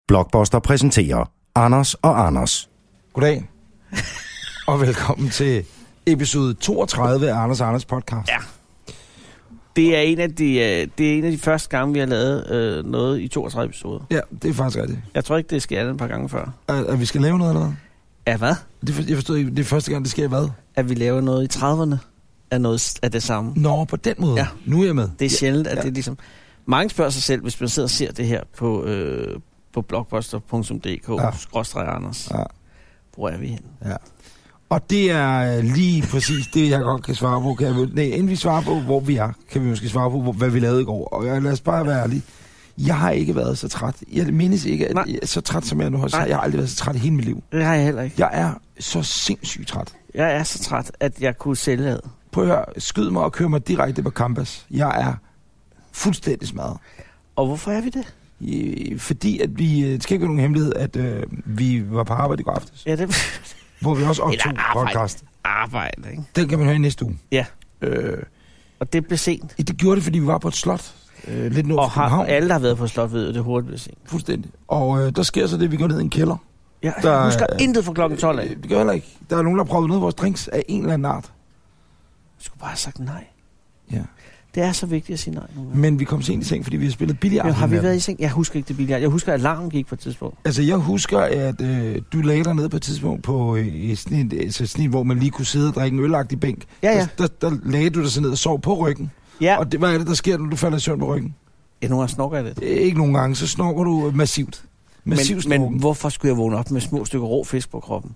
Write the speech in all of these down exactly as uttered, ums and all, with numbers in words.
Blockbuster præsenterer Anders og Anders. Goddag, og velkommen til episode toogtredive af Anders og Anders podcast. Ja. Det er en af de, det er en af de første gange, vi har lavet øh, noget i toogtredive episoder. Ja, det er faktisk rigtigt. Jeg tror ikke, det sker andet et par gange før. At, at vi skal lave noget eller hvad? Ja, hvad? Det, for, jeg forstod ikke, det er første gang, det sker hvad? At vi laver noget i trediverne af noget af det samme. Nå, på den måde. Ja. Nu er jeg med. Det er sjældent, at ja. det er ligesom... Mange spørger sig selv, hvis man sidder og ser det her på, øh, på blockbuster punktum d k skråstreg Anders. Ja. Hvor er vi henne? Ja. Og det er lige præcis det, jeg godt kan svare på. Kan jeg, nej, inden vi svarer på, hvor vi er, kan vi måske svare på, hvad vi lavede i går. Og lad os bare være ærlige. Jeg har ikke været så træt. Jeg mindes ikke, at jeg er så træt, som jeg nu har sagt. Jeg har aldrig været så træt i hele mit liv. Det har jeg heller ikke. Jeg er så sindssygt træt. Jeg er så træt, at jeg kunne sælge ad. Prøv at høre, skyd mig og kør mig direkte på campus. Jeg er fuldstændig smadret. Og hvorfor er vi det? I, fordi at vi... Det skal ikke være nogen hemmelighed, at øh, vi var på arbejde i går aftes. Ja, det... Hvor vi også optog podcast. Arbejde, ikke? Den kan man høre i næste uge. Ja. Øh, og det blev sent. Det gjorde det, fordi vi var på et slot. Øh, lidt nord og for København. Og alle, der har været på et slot, ved, det hurtigt blev sent. Fuldstændig. Og øh, der sker så det, at vi går ned i en kælder. Ja, der, jeg husker øh, intet fra klokken tolv af. Det gør heller ikke. Der er nogen, der har prøvet noget af vores drinks af en eller anden art. Du skulle bare have sagt nej. Ja. Det er så vigtigt at sige nej. Men vi kom sent i seng, fordi vi har spillet billiard. Ja, har vi været i seng? Jeg husker ikke det billiard. Jeg husker, at alarmen gik på et tidspunkt. Altså, jeg husker, at øh, du lagde dig ned på et tidspunkt på øh, sådan, et, altså, sådan et, hvor man lige kunne sidde og drikke en ølagtig bænk. Ja, ja. Der, der, der lagde du dig så ned og sov på ryggen. Ja. Og det, hvad er det, der sker, når du falder i søvn på ryggen? Ja, nogle gange snorker jeg lidt. Ikke nogen gange, så snorker du massivt. Massivt men, men hvorfor skulle jeg vågne op med små stykker rå fisk på kroppen?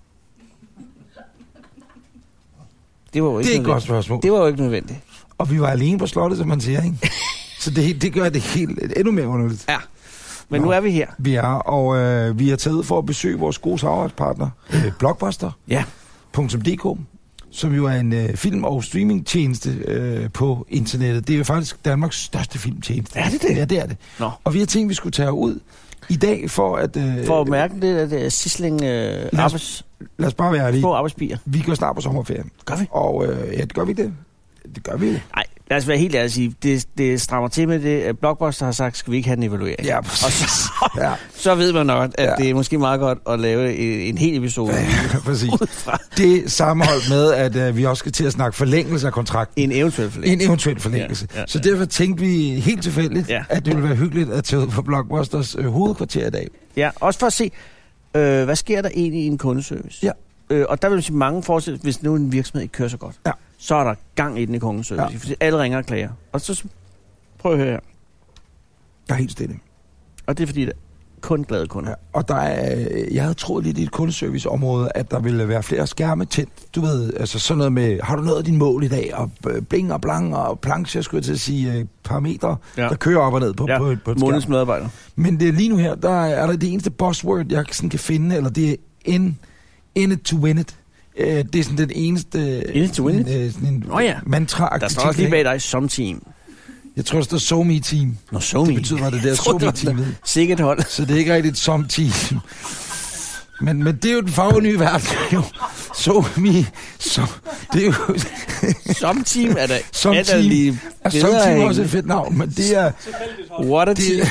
Det var jo ikke det er et godt spørgsmål. Det var jo ikke nødvendigt. Og vi var alene på slottet, som man siger, ikke? Så det, det gør det helt endnu mere underligt. Ja, men Nå, nu er vi her. Vi er, og øh, vi er taget ud for at besøge vores gode samarbejdspartner, øh, Blockbuster punktum d k, som jo er en øh, film- og streamingtjeneste øh, på internettet. Det er jo faktisk Danmarks største filmtjeneste. Er det det? Ja, det er det. Nå. Og vi har tænkt, vi skulle tage ud i dag for at... Øh, for at mærke det, at det er Sisling øh, lad, arbejds... lad os bare være ærlige. Små arbejdsbier. Vi går snart på sommerferie. Gør vi? Og øh, ja, det gør vi det. Det gør vi jo. Nej, lad os være helt ærlige at sige, det, det strammer til med det, at Blockbuster har sagt, skal vi ikke have en evaluering? Ja, og så, ja. så ved man nok, at ja. det er måske meget godt at lave en, en hel episode. Ja, præcis. Det sammenholdt med, at uh, vi også skal til at snakke forlængelse af kontrakten. En eventuel forlængelse. En eventuel forlængelse. Ja, ja, ja. Så derfor tænkte vi helt tilfældigt, ja. at det ville være hyggeligt at tage ud på Blockbusters uh, hovedkvarter i dag. Ja, også for at se, øh, hvad sker der egentlig i en kundeservice? Ja. Øh, og der vil man sige mange forestille, hvis nu en virksomhed ikke kører så godt. Ja. Så er der gang i den i kundeservice, ja. Fordi alle ringer og klager. Og så prøv at høre her. Jeg er helt stille. Og det er fordi, der er kun glade kunder. Ja. Og der er, jeg havde troet lidt i et kundeserviceområde, at der ville være flere skærme tændt. Du ved, altså sådan noget med, har du nået din mål i dag? Og bling og blang og plancher, skulle jeg til at sige, parametre, ja. der kører op og ned på, ja. på, på, på et månedens medarbejder. Men det, lige nu her, der er der det eneste buzzword, jeg sådan kan finde, eller det er in, in it to win it. Det er sådan den eneste... In it to win it? En, sådan en oh, ja. mantra-aktiv. Der står også lige bag dig som team. Jeg tror, der står SoMe Team. Nå, SoMe. Det betyder, at det der SoMe Teamet. Sikkert hold. Så det er ikke rigtigt som team. Men, men det er jo den farve nye verden. SoMe. So, det er jo... som team er der... Som er team. Lige er som team også et fedt navn, men det er... What a team.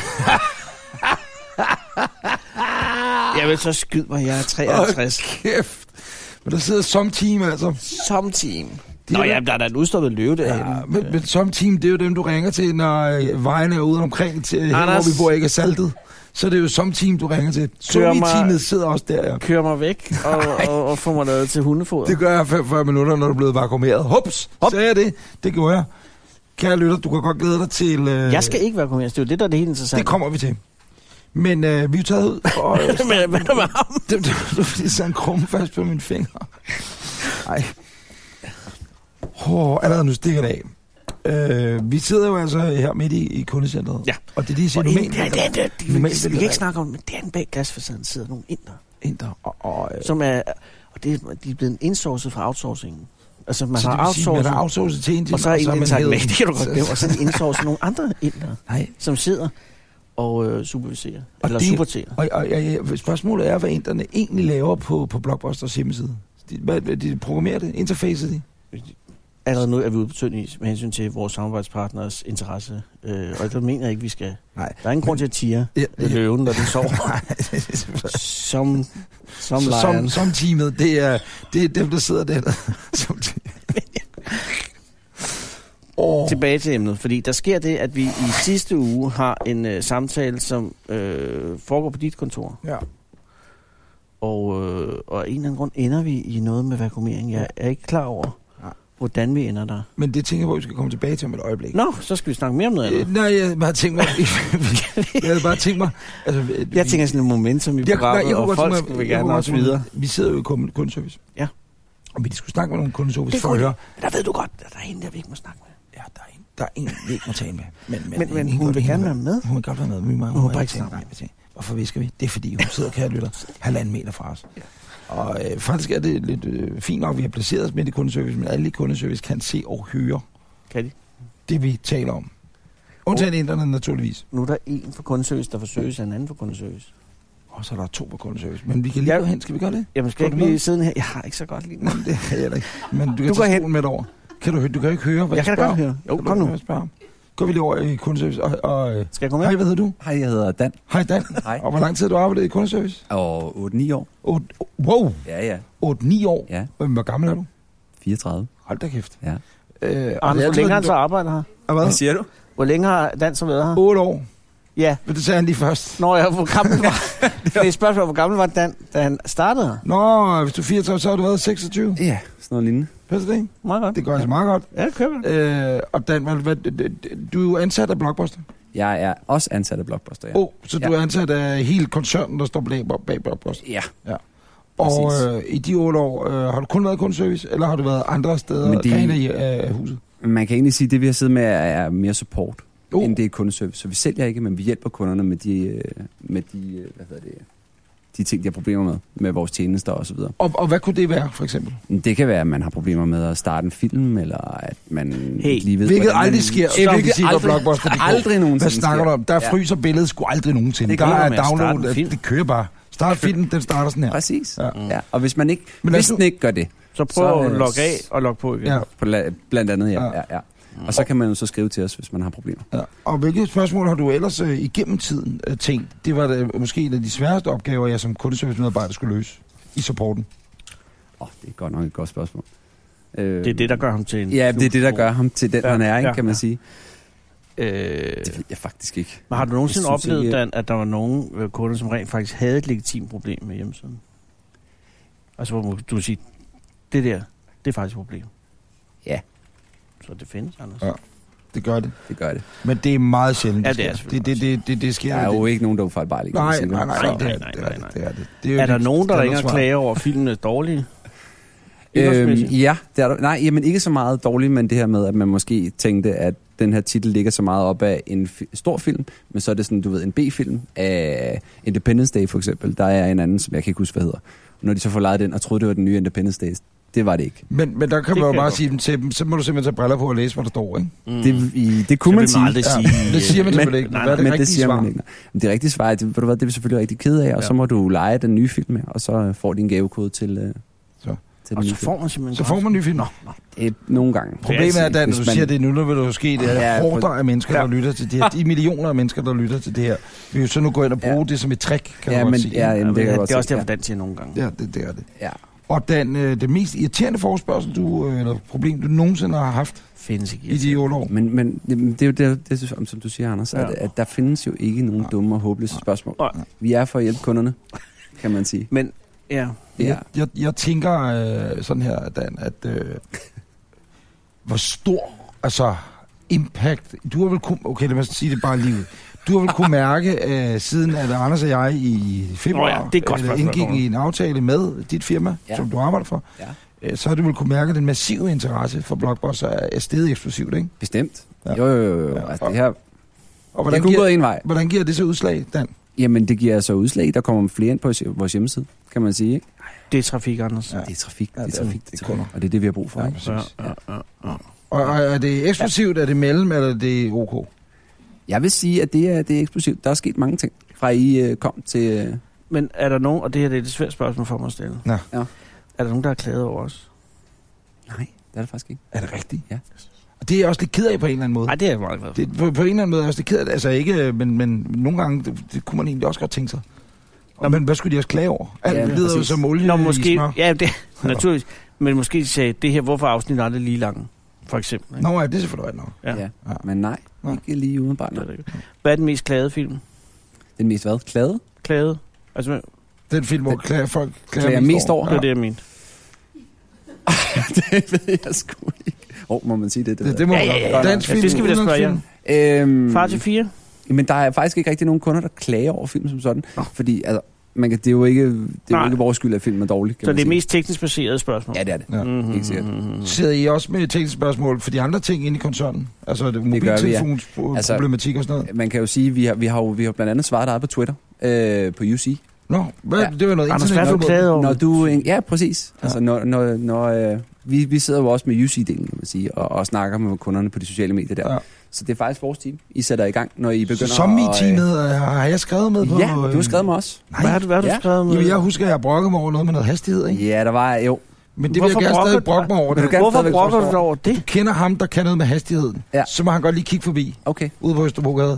Jeg vil så skyde mig, jeg er treoghalvtreds. Åh, kæft. Men der sidder som team, altså. Som team. Nå ja, der er da en udstoppet løve derinde. Ja, men, men som team, det er jo dem, du ringer til, når vejene er ude omkring, til, her, hvor vi bor ikke er saltet. Så det er jo som team, du ringer til. SoMe-teamet sidder også der, ja. Kører mig væk og, og, og får mig lavet til hundefoder. Det gør jeg femogfyrre minutter, når du er blevet vakuumeret. Hups, Hop. Sagde jeg det? Det gjorde jeg. Kære lytter, du kan godt glæde dig til... Øh... Jeg skal ikke vakuumeres, det er jo det, der er det helt interessante. Det kommer vi til. Men øh, vi er jo taget ud. Og, øh, men hvad er med ham? Det var fordi, så en krumme fast på mine fingre. Ej. Oh, allerede nu stikker det af. Øh, vi sidder jo altså her midt i, i kundecentret. Ja. Og det er de siger, normalt... Ja, det er det. Vi kan ikke snakke om, men det er en bag glasfacaden sidder nogle inder. Inder. Og, og, øh, som er... Og det er, de er blevet indsourcet fra outsourcingen. Altså, man så har outsourcet... Man har outsourcet til en og så er en sagt med, det kan du godt glemme. Og så er de indsourcet nogle andre inder, Nej. som sidder og øh, superviserer. Og eller det, supporterer. Og, og, og spørgsmålet er, hvad inderne egentlig laver på, på Blockbusters hjemmeside. De, hvad, de programmerer det? Interfacer de? allerede nu er vi ude på tynd is med hensyn til vores samarbejdspartners interesse. Øh, og det mener jeg ikke, vi skal. Nej. Der er ingen grund til at tige Ja, ja, ja. løven, når den sover. som som Så, lejren. som, som teamet, det er, det er dem, der sidder der. som oh. Tilbage til emnet, fordi der sker det, at vi i sidste uge har en øh, samtale, som øh, foregår på dit kontor. Ja. Og, øh, og af en eller anden grund ender vi i noget med vakuumering. Jeg er ikke klar over, ja. hvordan vi ender der. Men det tænker jeg på, at vi skal komme tilbage til om et øjeblik. Nå, så skal vi snakke mere om noget andet. Øh, nej, jeg har tænkt mig... jeg havde bare tænkt mig... Altså, Jeg tænker sådan et momentum i jeg, programmet, nej, jeg og godt folk tænke mig- vil jeg gerne kunne også godt tænke mig- videre. Vi sidder jo i kun- kundeservice. Ja. Og vi skulle snakke med nogle kundeservice Det for kunne at høre. Der ved du godt, at der er en, der vi ikke må snakke med. Ja, der er en, der er en, vi ikke må tale med. Men, men, Men, men en, hun godt- vil en, gerne godt- være med. Hun vil godt være med. Men vi må, Hun må bare ikke ikke tale. snakke. Nej, vi tænker, hvorfor visker vi? Det er fordi, hun sidder, kære lytter, halvanden meter fra os. Ja. Og øh, faktisk er det lidt øh, fint nok, at vi har placeret os midt i kundeservice, men alle i kundeservice kan se og høre Kan de? det, vi taler om. Undtagen internet naturligvis. Nu er der en for kundeservice, der forsøges af en anden for kundeservice. Og så er der to på kundeservice. Men vi kan lige Ja. gå hen. Skal vi gøre det? Jamen, skal Går jeg du ikke med? blive siddende her? Jeg har ikke så godt lige. Nej, det kan jeg da ikke. Men du kan Du går tage hen. stolen med over. Kan du, høre- du kan jo ikke høre, hvad Jeg kan da spørger godt om. høre. Jo, Kan du kom høre, nu. hvad jeg spørger om? Går vi lige over i kundeservice. Og, og, øh, Skal jeg komme hej, med? hvad hedder du? Hej, jeg hedder Dan. Hej Dan. Hej. Og hvor lang tid har du arbejdet i kundeservice? Og otte ni år. otte, wow, Ja, ja. otte ni år. Ja, Hvor gammel er du? fireogtredive. Hold da kæft. Ja. Øh, Anders, hvor længe har han så arbejdet her? Hvad? siger du? Hvor længe har Dan så været her? otte år. Ja. Men det sagde han lige først. Nå, ja, hvor gammel var det? er et spørgsmål, hvor gammel var Dan, da han startede her? Nå, hvis du er fireogtredive, så har du været seksogtyve. Ja, sådan noget lignende. Passer det ikke? Meget godt. Det gør altså meget godt. Ja, det køber det. Øh, og Dan, hvad, hvad, du er jo ansat af Blockbuster. Jeg er også ansat af Blockbuster, ja. Åh, oh, så du Ja. er ansat af hele koncernen, der står bag, bag Blockbuster. Ja. Og Præcis. øh, i de otte år, øh, har du kun været kundeservice, eller har du været andre steder, Men det- grene i øh, huset? Man kan egentlig sige, at det vi har siddet med er, er mere support, Oh. oh. end det er kundeservice. Så vi sælger ikke, men vi hjælper kunderne med de, øh, med de, øh, hvad hedder det, de ting, de har problemer med, med vores tjenester og så videre. Og, og hvad kunne det være, for eksempel? Det kan være, at man har problemer med at starte en film, eller at man Hey, ikke lige ved, Hvilket hvordan man- aldrig sker. Hvilket Hvilket siger på aldrig, Blockbuster. Det går. aldrig nogensinde Hvad snakker du om? Der Ja. fryser billedet sgu aldrig nogensinde. Det Der kører er med at starte download, en film. det kører bare. Start filmen, den starter sådan her. Præcis. Ja. Ja. Ja. Og hvis man ikke, Men hvis lad os den ikke gør det, Så prøv Så, at øh, logge af og logge på igen. Ja. på la- blandt andet, ja. Ja. ja. ja, ja. Og så kan man jo så skrive til os, hvis man har problemer. Ja. Og hvilke spørgsmål har du ellers øh, igennem tiden øh, tænkt? Det var da, måske en af de sværeste opgaver, jeg som kundeservice-medarbejder skulle løse i supporten. Åh, oh, det er godt nok et godt spørgsmål. Øh, Det er det, der gør ham til en Ja, det er det, der knusbror. gør ham til den, Ja, ja, han er, ikke, ja, kan man ja. sige. Øh, Det ved jeg faktisk ikke. men har du nogensinde Jeg synes oplevet, ikke- Dan, at der var nogen øh, kunder, som rent faktisk havde et legitimt problem med hjemmesiden? Altså, hvor du sige, det der, det er faktisk et problem. Ja. Så det findes, Anders. Ja. Det gør det. Det gør det. Men det er meget sjældent, Ja, det det er sker. selvfølgelig det, det, det, det, det sker. Der er jo det. ikke nogen, der er ufejlbarlige, kan man Nej, sige. nej, nej, Nej, nej, det er nej, det. nej, Det er nej. det. Det er det. Det er, jo Er der det nogen, der ringer og standardsvar. klager over, at filmen er dårlig? Øhm, Indholdsmæssigt? ja, det er der. Nej, jamen ikke så meget dårligt, men det her med, at man måske tænkte, at den her titel ligger så meget op af en fi- stor film, men så er det sådan, du ved, en B-film af Independence Day for eksempel. Der er en anden, som jeg kan ikke huske, hvad hedder. Og når de så får lejet den og troede, det var den nye Independence Day, det var det ikke. Men, men der kan Det man jo kan bare jeg sige dem til dem, så må du simpelthen tage briller på og læse, hvad der står, ikke? Mm. Det, i, det kunne man sige. aldrig Ja, sige. det siger man øh, selvfølgelig ikke. Nej, Hvad er nej, det men rigtige det siger svar? man ikke. Men det rigtige svar, det, ved du hvad, det er vi selvfølgelig rigtig ked af, og Ja. så må du lege den nye film med, og så øh, får de en gavekode til, øh, Så. til den Og nye så film. får man simpelthen... Så får man en ny film. Nå. Øh, nogle gange. Problemet er, at når Hvis du man- siger det nu, nu vil der jo ske, det er Ja, horder af mennesker, der Ja. lytter til det her. De millioner af mennesker, der lytter til det her. Vi vil jo så nu gå ind og bruge Ja. det som et trick, kan Ja, du godt men- sige. ja, Ja, jamen, men det kan jeg det, godt det er også se, derfor, ja. Dan siger nogle gange. Ja, det, det er det. Ja. Og den, øh, det mest irriterende forespørgsel, du, øh, eller problem, du nogensinde har haft Findes ikke. i de otte år. Men, men jamen, det er jo det, det, som, som du siger, Anders, Ja. at, at der findes jo ikke nogen dumme og håbløse spørgsmål. Nej. Vi er for at hjælpe kunderne, kan man sige. Men, ja. Ja. Jeg, jeg, jeg tænker øh, sådan her, Dan, at øh, hvor stor, altså impact, du har vel kunne, okay, lad mig sige det bare lige ud. Du har vel kunne mærke, øh, siden at Anders og jeg i februar Nå ja, det er et godt øh, spørgsmål. indgik i en aftale med dit firma, Ja. som du arbejder for, Ja. øh, så har du vel kunne mærke, at den massive interesse for Blockbuster er, er steget eksplosivt, ikke? Bestemt. Ja. Jo, jo, jo. jo. Ja. Altså, det her, Og det hvordan kunne gå giver, en vej. hvordan giver det så udslag, Dan? Jamen, det giver så udslag. Der kommer flere ind på vores hjemmeside, kan man sige. Ikke? Det er trafik, Anders. Ja. Det er trafik, Ja, det det er er- trafik, det det er er kunder. Og det er det, vi har brug for. Ja, Ikke? præcis. Ja, ja, ja, ja. Og, og er det eksplosivt, er det mellem, eller er det ok? Jeg vil sige, at det er, det er eksplosivt. Der er sket mange ting, fra I øh, kom til... Øh, Men er der nogen, og det her det er et svært spørgsmål for mig at stille. Nå. Ja. Er der nogen, der har klaget over os? nej. er det faktisk ikke. Er det rigtigt? Ja. Og det er jeg også lidt ked af på en eller anden måde. Nej, det er jeg meget glad for. Det, på, på en eller anden måde er jeg også lidt ked af det. Altså ikke, men, men nogle gange, det, det kunne man egentlig også godt tænke sig. Og, men hvad skulle de også klage over? Alt Ja, lyder jo præcis. som olie Nå, i måske, smør. ja, det naturligvis. Men måske sagde det her, hvorfor afsnit aldrig lige lang, for eksempel. Ikke? Nå, ja, det er selvfølgelig rigtigt nok. Ja. Ja. Ja. Men nej, Nej. ikke lige udenbart. Det er det ikke. Hvad er den mest klagede film? Den mest hvad? Klade? Klagede? Altså, Den film, hvor klager, folk klager, Klager mest over. det er det, jeg mente. det ved jeg sgu ikke. Åh, oh, må man sige det? Det, det må Ja, ja, ja, ja. Dansk Ja, film, det skal vi da spørge jer. udenlandsfilm. Øhm, Far til fire? Men der er faktisk ikke rigtig nogen kunder, der klager over film som sådan. Nå. Fordi altså, man kan, det er jo ikke, det er jo Nej. ikke vores skyld, at filmen er dårlig. Kan Så man det er sige. mest teknisk baseret spørgsmål? Ja, det er det. Ja. Mm-hmm. Helt sikkert. Sidder I også med tekniske spørgsmål for de andre ting inde i koncernen? Altså det gør vi, ja. mobiltelefons Altså- problematik og sådan noget? Man kan jo sige, at vi har, vi har, jo, vi har blandt andet svaret dig på Twitter, øh, på U C. Nå, hvad, Ja. det var noget Anders, internet. hvad er du klaget over? Når du, ja, præcis. Ja. Altså, når, når, når, øh, vi, vi sidder jo også med U C-delen, kan man sige, og, og snakker med kunderne på de sociale medier der. Ja. Så det er faktisk vores team, I sætter i gang, når I begynder Som i at... teamet, øh, har jeg skrevet med på? Ja, du har skrevet med os. Hvad har du, hvad har du Ja. skrevet med? Jamen, jeg husker, at jeg brokkede mig over noget med noget hastighed, ikke? Ja, der var jo... Men det vil Hvorfor jeg gerne brokker stadig du- brokke mig over. Vil du Det. gerne Hvorfor stadigvæk brokker du forstå? dig over det? Du kender ham, der kan noget med hastigheden. Ja. Så må han godt lige kigge forbi, Okay, ude på Østerbrogade.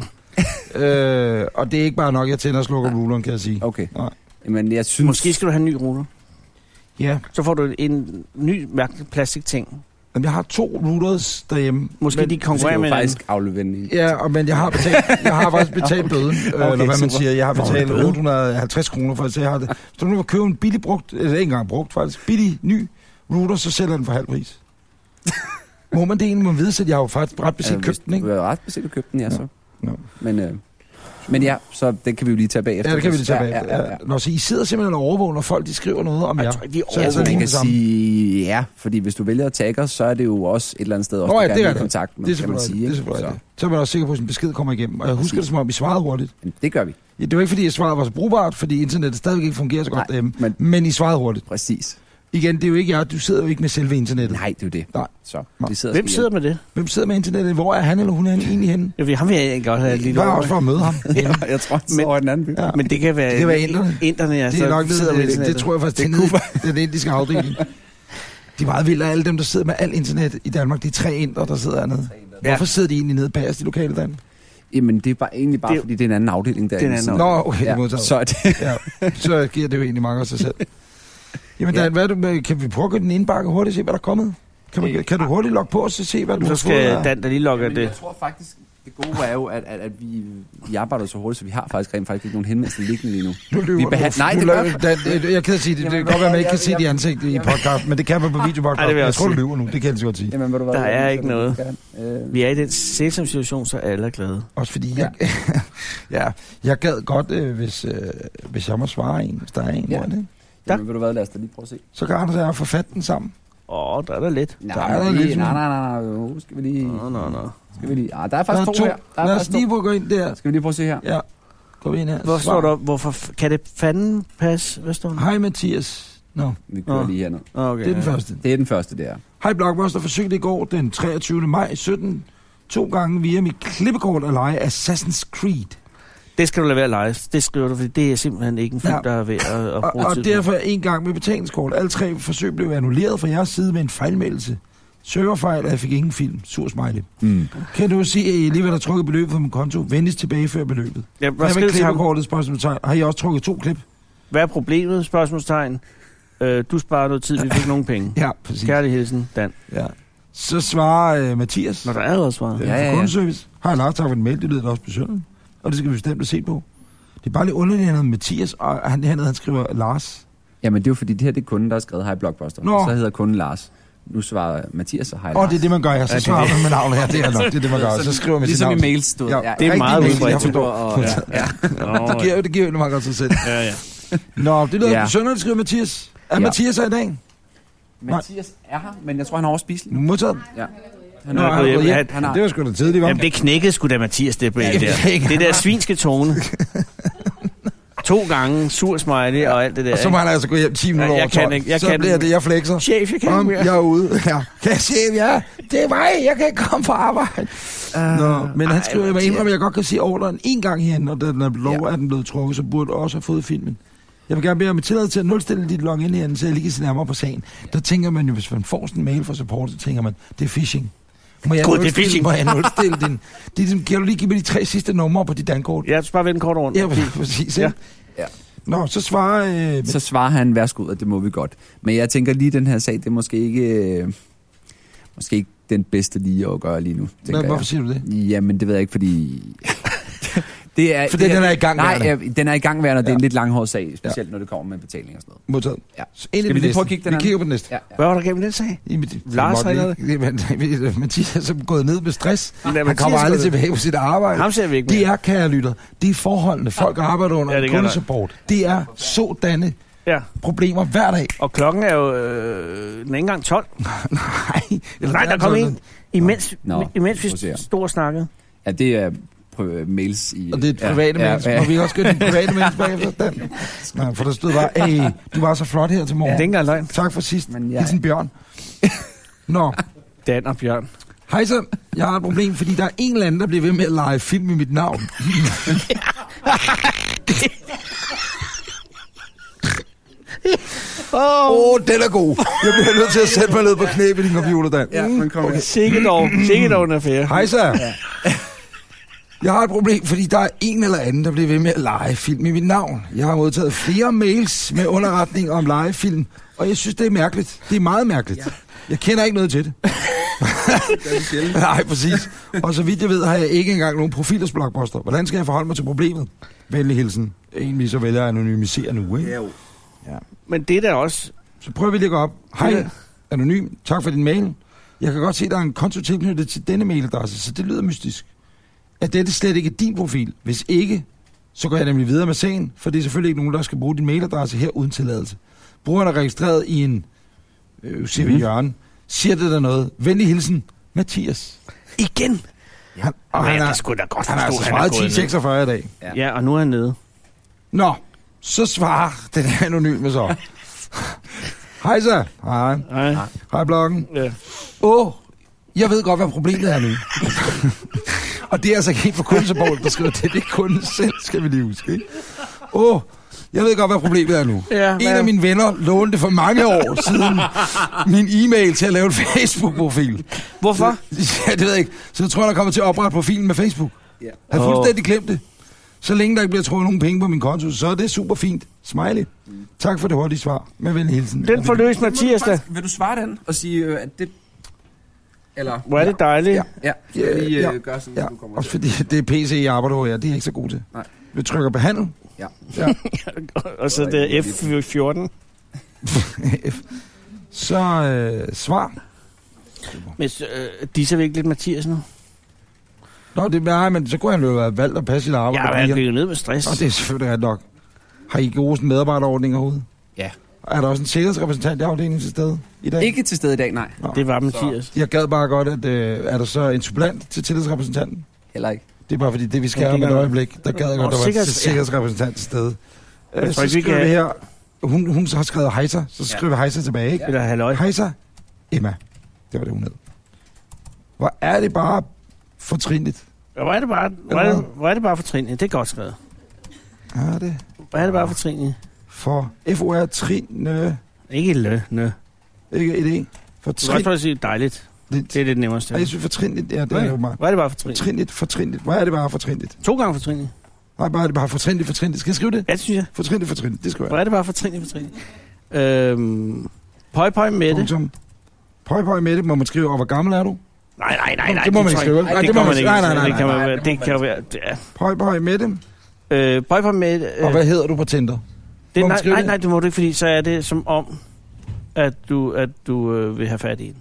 øh, og det er ikke bare nok, jeg tænder og slukker ruleren, kan jeg sige. okay. Nej. Men jeg synes... Måske skal du have en ny ruter. Ja, Så får du en ny mærkelig plastikting. men jeg har to routers derhjemme. Måske men, de Du skal konkurrerer jo med faktisk hinanden. aflevere den i... Ja, og, men jeg har, betalt, jeg har faktisk betalt bøden, okay, eller hvad man super. siger. Jeg har betalt bøde? otte hundrede og halvtreds kroner for, at jeg har det. Hvis du nu vil købe en billig brugt, eller ikke engang brugt faktisk, billig ny router, så sælger den for halv pris. Må man det egentlig må vide, så jeg har jo faktisk ret beset købt den, ikke? Du har ret beset købt den, ja, så. Ja. Men, øh, men ja, så den kan vi jo lige tage bagefter. Ja, det kan vi lige tage Ja, bag. ja, ja, ja. Nå, så I sidder simpelthen og overvåger, når folk de skriver noget om jer. Jeg tror ikke, de Så er Altså, det man det kan samme. sige ja, fordi hvis du vælger at tagge os, så er det jo også et eller andet sted også, Nå ja, du det gerne er vil i det. kontakt med, Det er kan man selvfølgelig sige. det er ikke? selvfølgelig Så, rigtigt. Så er man også sikker på, at sin besked kommer igennem. Og jeg husker det, som om I svarede hurtigt. men det gør vi, Ja, det var ikke, fordi jeg svarede var så brugbart, fordi internettet stadigvæk ikke fungerer så godt Nej, derhjemme. men- Men I svarede hurtigt. præcis. Igen, det er jo ikke jer. Du sidder jo ikke med selve internettet. Nej, det er jo det. Nej. Så, Nej. de sidder Hvem sidder med det? Hvem sidder med internettet? Hvor er han eller hun er egentlig henne? Jeg ved, ham vil jeg egentlig godt have lidt Jeg var over. også for at møde ham. ja, jeg tror, han Men- står i den anden by. Ja. Men det kan være... Det kan være inderne. Inderne, ja. Det er nok sidder det, med det, det, internettet. det tror jeg faktisk, det, det er nede, den indiske afdeling. De er meget vilde af alle dem, der sidder med alt internet i Danmark. De er tre inder, der sidder hernede. Ja. Hvorfor sidder de egentlig nede bagerst i lokalet derinde? Jamen, det er bare, egentlig bare, Det er- fordi det er en anden afdeling der. Det er en anden Nå, okay, det er ja, modtaget. så er det... Ja, så giver det jo egentlig mange af sig selv. Jamen, Ja. Dan, hvad er du med? Kan vi prøve at gå den indbakke hurtigt og se, hvad der er kommet? Kan, man, kan du hurtigt logge på os og se, hvad du Så har fået? skal der? Dan, der lige logge Men det. jeg tror faktisk, det gode er jo, at, at, at vi, vi arbejder så hurtigt, så vi har faktisk rent faktisk ikke nogen henvendelser liggende lige nu. Nu løber Vi du. behand- Nej, Nu det løber- gør- Dan, øh, jeg kan sige det. Det kan godt være, at man ikke kan se de ansigter i podcast, men det kan man på Ej, videopodcast. det vil jeg Jeg også tror, du sige. lyver nu. Det kan jeg lige så godt sige. Jamen, ved du hvad, Der er jeg- ikke jeg- noget. Øh, Vi er i den sælsomme situation, så alle er glade. Også fordi jeg, ja, jeg gad godt, øh, hvis, øh, hvis jeg må svare en, hvis der er en. Ja. Ja. Det. Jamen, ved du hvad, lad os da lige prøve at se. Så kan Anders og jeg forfatte den sammen. Åh, der er der lidt. Nej, Der er der lige, lidt- nej, nej, nej, nej, nu skal vi lige... Nå, nå, nå. Skal vi lige... Ah, der er Der faktisk er to, to. her. Der er Lad os faktisk lige to. prøve at gå ind der. Skal vi lige prøve at se her? Ja, gå ind her. Hvor Svar. står der? Hvorfor f- kan det fanden passe? Hvad står der? Hej Mathias. Nå, Vi kører Nå. lige her nu. Okay, det er den ja. første. Det er den første, der. Hej Blockbuster forsøgte i går den treogtyvende maj sytten to gange via mit klippekort at lege Assassin's Creed. Det skal du lade være at lege. Det skriver du, fordi det er simpelthen ikke en film, Ja. der er ved at, at Og, bruge og tid på. derfor en gang med betalingskort. Alle tre forsøg blev annulleret fra jeres side med en fejlmeldelse. Serverfejl, og jeg fik ingen film. Sur smiley. Mm. Kan du se, at I alligevel har trukket beløbet på min konto? Venligst tilbagefør beløbet. Ja, hvad, Hvad skriver med til ham? klippekortet, spørgsmålstegn? Har I også trukket to klip? Hvad er problemet? Spørgsmålstegn. Øh, du sparer noget tid, vi fik nogle penge. Ja, præcis. Kærlig hilsen, Dan. Ja. Så svarer øh, Mathias. Nå, der er allerede svaret. Ja, Ja, ja, ja, ja. ja. Kundeservice. Hej Lars, tak for en mail. Det lyder da også besøgende. Og det skal vi bestemt at se på. Det er bare lidt underligt, at han hedder Mathias, og han, hernede, han skriver Lars. Jamen, det er jo fordi, det her det er kunden, der har skrevet Hej Blockbuster. Nå. Og så hedder kunden Lars. Nu svarer Mathias og Hej Åh, Lars. det er det, man gør her. Så Ja, det er svarer det. man med navnet her. Det er nok. Det er det, man gør. Så skriver man sit Ligesom i navn. mails, stod. Ja. Ja. Det er Rigtig meget mail, udbredt. jeg forstår. Og, ja, ja. Nå, Det giver, det giver jo meget godt sig selv. ja, ja. Nå, det lyder Ja. ja. besøgende, skriver Mathias. Er Ja. Mathias her i dag? Mathias er her, men jeg tror, han har overspiselig. Modtaget. Ja. Han Nå, er han gået er hjem. gået Han- Han har, Det var sgu da tidligt, var. Jamen, det knækkede sgu da Mathias, det på Ja, en jeg der. ved ikke. Det der svinske tone. To gange, sur smiley og alt det der. Og så må ikke? han altså gå hjem ti minutter Ja, jeg over kan tolv. ikke, jeg Så kan bliver ikke. det, jeg flexer. Chef, jeg kan Om, ikke mere. jeg er ude. Ja. Kan jeg se, ja, det er mig. Jeg kan ikke komme på arbejde. Uh, Nå, men han skriver, jeg må Mathias. indrømme, at jeg godt kan se ordren en gang herinde, og den er lov, Ja. ja. at den blevet trukket, så burde også have fået filmen. Jeg vil gerne bede om tilladelse til at nulstille dit login her, så jeg lige kan se nærmere på sagen. Der tænker man jo, hvis man får sådan en mail fra support, så tænker man, det er phishing. Må jeg God, det er phishing. Må jeg nulstille din... Det, kan du lige give mig de tre sidste numre på dit dankort? Ja, du skal bare vende kort rundt. Ja, præcis. Ja. Ja. Nå, så svarer... Øh, Så svarer han, værsgo, at det må vi godt. Men jeg tænker lige, den her sag, det er måske ikke, øh, måske ikke den bedste lige at gøre lige nu. Hvad, hvorfor siger du det? Jamen, det ved jeg ikke, fordi... det er, For det, den er i gang. Nej, ja, den er i gang værende, og det er en Ja. lidt langhård sag, specielt ja. når det kommer med betaling og sådan noget. Modtaget. Ja. Så Skal vi lige prøve at kigge den Vi anden? kigger på den næste. Ja, ja. Hvad var der gennem den sag? Jamen, det- Lars det måtte eller ikke. Jamen, Mathias er så gået ned med stress. Ja, Han Mathias kommer er aldrig gået- tilbage på sit arbejde. Ham ser vi ikke Det mere. er, kære lytter, det er forholdene. Folk arbejder under Ja, ja, det gør kundesupport. Det er sådanne Ja. problemer hver dag. Og klokken er jo øh, den er ikke engang tolv. Nej. Eller Nej, det der er kom sådan- en, imens, Nå, imens vi prøv at se her. stod og snakkede. Ja, det er prøv, mails i... Og det er private ja, mails. ja, Må vi også gøre de private mails bagefter? Den? Nej, for der stod bare, hey, du var så flot her til Ja, morgen. det er ikke engang løgn. Tak for sidst. Men jeg- Hilsen Bjørn. Nå, Dan og Bjørn. hej så. Jeg har et problem, fordi der er en eller anden, der bliver ved med at lege film i mit navn. Åh, oh, den er god. Jeg bliver nødt til at sætte mig ned på knæ ved din computer, Dan. Ja, men kom okay. Sikke dog. Sikke dog en affære. Hej så. Ja. Jeg har et problem, fordi der er en eller anden, der bliver ved med at lege film i mit navn. Jeg har modtaget flere mails med underretning om legefilm, og jeg synes, det er mærkeligt. Det er meget mærkeligt. Ja. Jeg kender ikke noget til det. Nej, præcis. Og så vidt jeg ved, har jeg ikke engang nogen profil hos Blockbuster. Hvordan skal jeg forholde mig til problemet? Venlig hilsen. Egentlig så vælger jeg at anonymisere nu, ikke? Ja. Men det er da også... Så prøver vi lige at gå op. Hej, Ja. anonym. Tak for din mail. Jeg kan godt se, at der er en konto tilknyttet til denne mailadresse, så det lyder mystisk. At dette slet ikke er din profil. Hvis ikke, så går jeg nemlig videre med sagen, for det er selvfølgelig ikke nogen, der skal bruge din mailadresse her uden tilladelse. Brugeren er registreret i en øh, siger vi Mhm. Jørgen. Siger det der noget? Venlig hilsen, Mathias. Igen? Han, og Men han jeg er, kan sgu da godt han er forstå, altså han er svaret gået ti ned. seksogfyrre i dag. Ja. Ja, og nu er han nede. Nå, så svarer den anonyme så. Hej så. Hej. Nej. Hej bloggen. Ja. Åh, oh, jeg ved godt, hvad problemet er nu. Og det er altså ikke helt for kundesupport, der skriver det. Det er kunden selv, skal vi lige huske. Ikke? Åh, oh, jeg ved godt, hvad problemet er nu. Ja, en hvad? af mine venner lånte for mange år siden min e-mail til at lave en Facebook-profil. Hvorfor? Ja, det ved jeg ikke. Så jeg tror, jeg, der kommer til at oprette profilen med Facebook. Ja. Jeg har Åh. fuldstændig glemt det. Så længe der ikke bliver trukket nogen penge på min konto, så er det super fint. Smiley. Tak for det hurtige svar. Med venlig hilsen. Den forløs Mathias da. Vil du svare den og sige, øh, at det... Eller... Hvor er det dejligt. Ja. Ja, skal jeg lige Ja, øh, gøre sådan, Ja, at du kommer også til. fordi det er P C, jeg arbejder over, ja, det er jeg ikke så god til. Nej. Vi trykker på handel. Ja. Ja. Og så det er F fjorten. Så øh, svar. Men øh, disser vi ikke lidt Mathias nu? Nå, det er men så kunne han jo have valgt at passe sit arbejde. Ja, og han blive- bliver jo ned med stress. Nå, det er selvfølgelig ret nok. Har I gode sådan medarbejderordning overhovedet? Ja. Er der også en sikkerhedsrepræsentant i afdelingen til stede i dag? Ikke til stede i dag, nej. Nå. Det var Mathias. Jeg gad bare godt, at øh, er der så en supplant til tillidsrepræsentanten? Heller ikke. Det er bare fordi, det vi skal Ja, have det om et gør- øjeblik, der gad jeg Nå, godt, der var en sikkerheds- sikkerhedsrepræsentant til stede. Jeg Øh, tror så ikke, vi skriver kan- vi her, hun, hun har skrevet hejser, så skriver vi hejser tilbage, ikke? Eller halløj. Hejser, Emma. Det var det, hun hed. Hvor er det bare fortrinligt. Ja, Hvor er det bare, hvor er det, hvor er det bare for trinligt? Det er godt skrevet. Er det Hvor er det bare for trinligt? for F O R trin, Ikke lø, nø. ikke idé. For Du kan også trin, bare sige dejligt. Det er det nemmeste. jeg synes for trinligt, ja, det er jo meget. Hvor er det bare for trinligt? Fortrinligt, fortrinligt. Hvor er det bare fortrinligt? To gange for trinligt. Nej, bare er det bare fortrinligt, fortrinligt. Skal jeg skrive det? Ja, det synes jeg. Fortrinligt, fortrinligt. Det skal Hvor være. er det bare for trinligt for trinligt? Øhm, pøj, pøj med det. Punktum. Pøj, pøj med det. Må man skrive, og hvor gammel er du? Nej, nej, nej, nej. Det må man ikke tror skrive. jeg- Nej, Nej, det det må kan man man ikke. ikke. Nej, nej, nej, Det kan nej, man- nej, Det det må kan man være... det er- Pøj, pøj med det. Øh, Pøj, pøj med det. Og hvad hedder du på Tinder? Det, Må man nej, skrive nej, det? nej, det må du ikke, fordi så er det som om, at du, at du øh, vil have fat i den.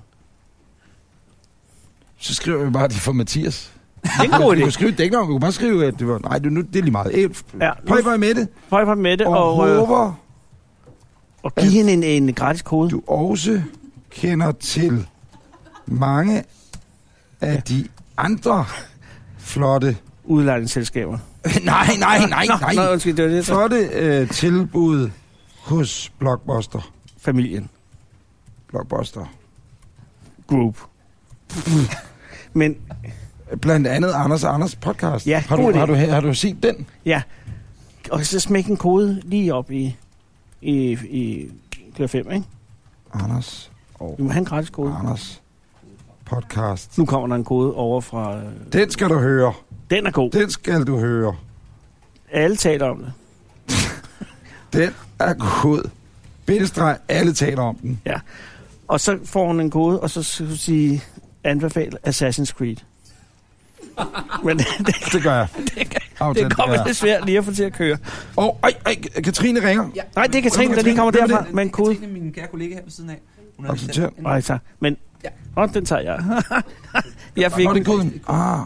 Så skriver vi bare, at det er for Mathias. Det er en god Du idé. kan skrive det ikke nok. Du kan bare skrive, at det var... Nej, det, nu, det er lige meget. Eh, Ja, Pøj, pøj med det. Pøj, pøj med det, Og, og, øh, håber, og giv hende en, en gratis kode. du også kender til mange af de andre flotte... Udlejningsselskaber. nej, nej, nej, Nå, nej. Nå, undskyld, det var det. Så. Flotte øh, tilbud hos Blockbuster. Familien. Blockbuster. Group. Men Blandt andet Anders og Anders podcast. Ja, har, god du, idé. har, du, har du set den? ja, og så smæk en kode lige op i... i, i klør fem, ikke? Anders og Vi må have en gratis kode. Anders podcast. Nu kommer der en kode over fra... Øh, Den skal du høre. den er god. Den skal du høre. Alle taler om det. Den er god. Bindestreg, alle taler om den. Ja. Og så får hun en kode, og så skal du sige, anbefale Assassin's Creed. Men det, det, Det gør jeg. det, det, Aftalt, det kommer ja. lidt svært lige at få til at køre. Og ej, ej, Katrine ringer. Ja. Nej, det er Katrine, der lige kommer derfra med en kode. Det er min kære kollega her ved siden af. Hun Accepter. Nej, tak. Men, Ja. åh, den tager jeg. jeg fik Nå, det en er koden. Ah,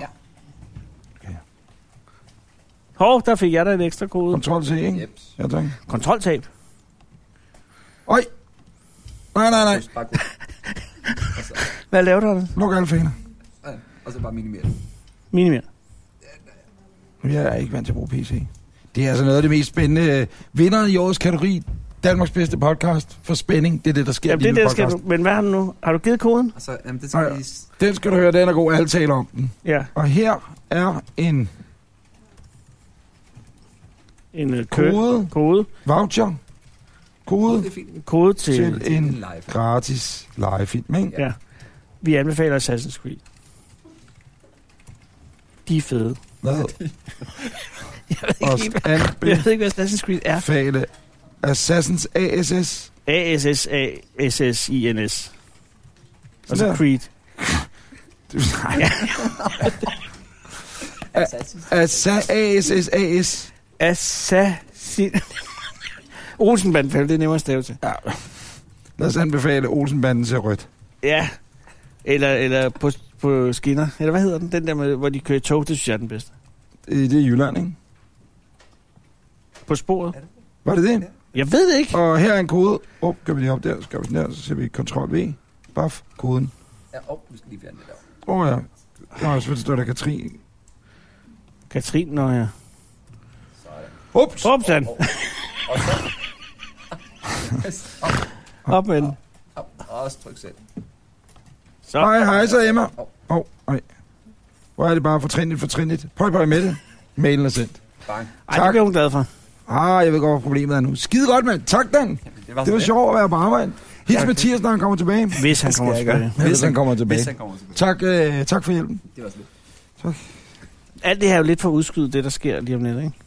Hov, der fik jeg da en ekstra kode. kontrol C, ikke? Yep. Ja, tak. Kontroltab. Øj. Nej, nej, nej. Hvad laver du der? Luk alle faner. Og så bare minimere det. Minimere. Jeg er ikke vant til at bruge P C. Det er altså noget af det mest spændende. Vinderen i årets kategori, Danmarks bedste podcast for spænding. Det er det, der sker Jamen, lige det er med det, skal podcast. du. Men hvad har du nu? Har du givet koden? Og så, jamen, det skal Nej, lige... Den skal du høre, den er god. Alle taler om den. Ja. Og her er en En uh, kø- kode, kode. voucher, kode Det er fint. Kode til... til en live. gratis live-film, ikke? Ja. Vi anbefaler Assassin's Creed. De er fede. Hvad? Jeg ved ikke, Og helt, jeg ved ikke hvad Assassin's Creed er. anbefale Assassins A S S. A S S A S S I N S. Og så Sådan der. Creed. Nej. Assa- A S S A S. Assassin... Olsenbanden, det er nemmere at stave til. Ja. Lad os anbefale Olsenbanden til rødt. Ja. Eller, eller på, på skinner. Eller hvad hedder den? Den der, med, hvor de kører i tog, det synes jeg er den bedste. Det er Jylland, ikke? På sporet. Var det det? Jeg ved det ikke. Og her er en kode. Åh, oh, gør vi lige op der. Så gør vi sådan der, så ser vi kontrol V. Baf, koden. Ja, og vi skal lige fjerne det der. Åh oh, ja. Nå, selvfølgelig står der Katrin. Katrine, når jeg... Ups! Upsan. Og så... Op med den. Og også tryk selv. Så. Hej, hej så Emma. Åh, oh, nej. Hvor er det bare fortrinligt, fortrinligt. Prøv, prøv med det. Mailen er sendt. Bang. Ej, Tak. det bliver hun glad for. Ah, jeg ved godt, hvad problemet er nu. Skide godt, mand. Tak, Dan. Jamen, det var, Det var sjovt at være på arbejde. Hils Tak. Mathias, når han kommer tilbage. Hvis han Det kommer skal jeg tilbage. gøre. Hvis han kommer tilbage. Hvis han kommer tilbage. Tak, øh, tak for hjælpen. Det var slet. Alt det her er jo lidt for udskydet, det der sker lige om lidt, ikke?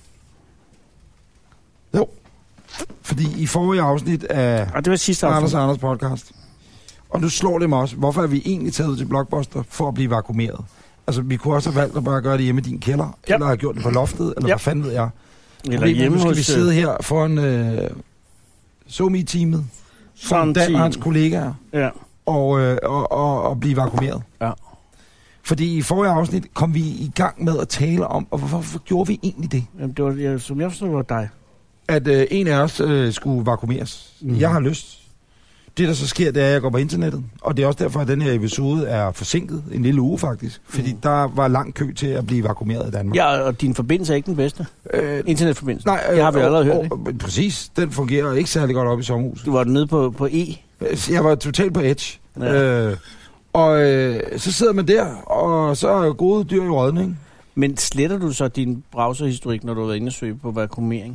Jo. Fordi i forrige afsnit af Og det var sidste Anders afsnit. og Anders podcast. Og nu slår det mig også. Hvorfor er vi egentlig taget ud til Blockbuster for at blive vakuumeret? Altså, vi kunne også have valgt at bare gøre det hjemme i din kælder. Ja. Eller have gjort det på loftet. Eller Ja. hvad fanden ved jeg. Eller Problemet er, hjemme nu skal hos... vi sidde her foran øh, SoMe-teamet. Foran Dan og hans kollegaer. Ja. Og, øh, og, og, og blive vakuumeret. Ja. Fordi i forrige afsnit kom vi i gang med at tale om, og hvorfor, hvorfor gjorde vi egentlig det? Jamen, det var, jeg, som jeg forstod, det var dig. At øh, en af os øh, skulle vakuumeres. Mhm. Mm. Jeg har lyst. Det, der så sker, det er, at jeg går på internettet. Og det er også derfor, at den her episode er forsinket en lille uge faktisk. Fordi Mhm. der var lang kø til at blive vakuumeret i Danmark. Ja, og din forbindelse er ikke den bedste. Øh, Internetforbindelse. nej, det har vi øh, allerede hørt, og, ikke? og, præcis. Den fungerer ikke særlig godt op i sommerhuset. Du var nede på, på E. Jeg var totalt på edge. Ja. Øh, og øh, så sidder man der, og så er gode dyr i rådning. Men sletter du så din browserhistorik, når du har været inde og søge på vakuumering?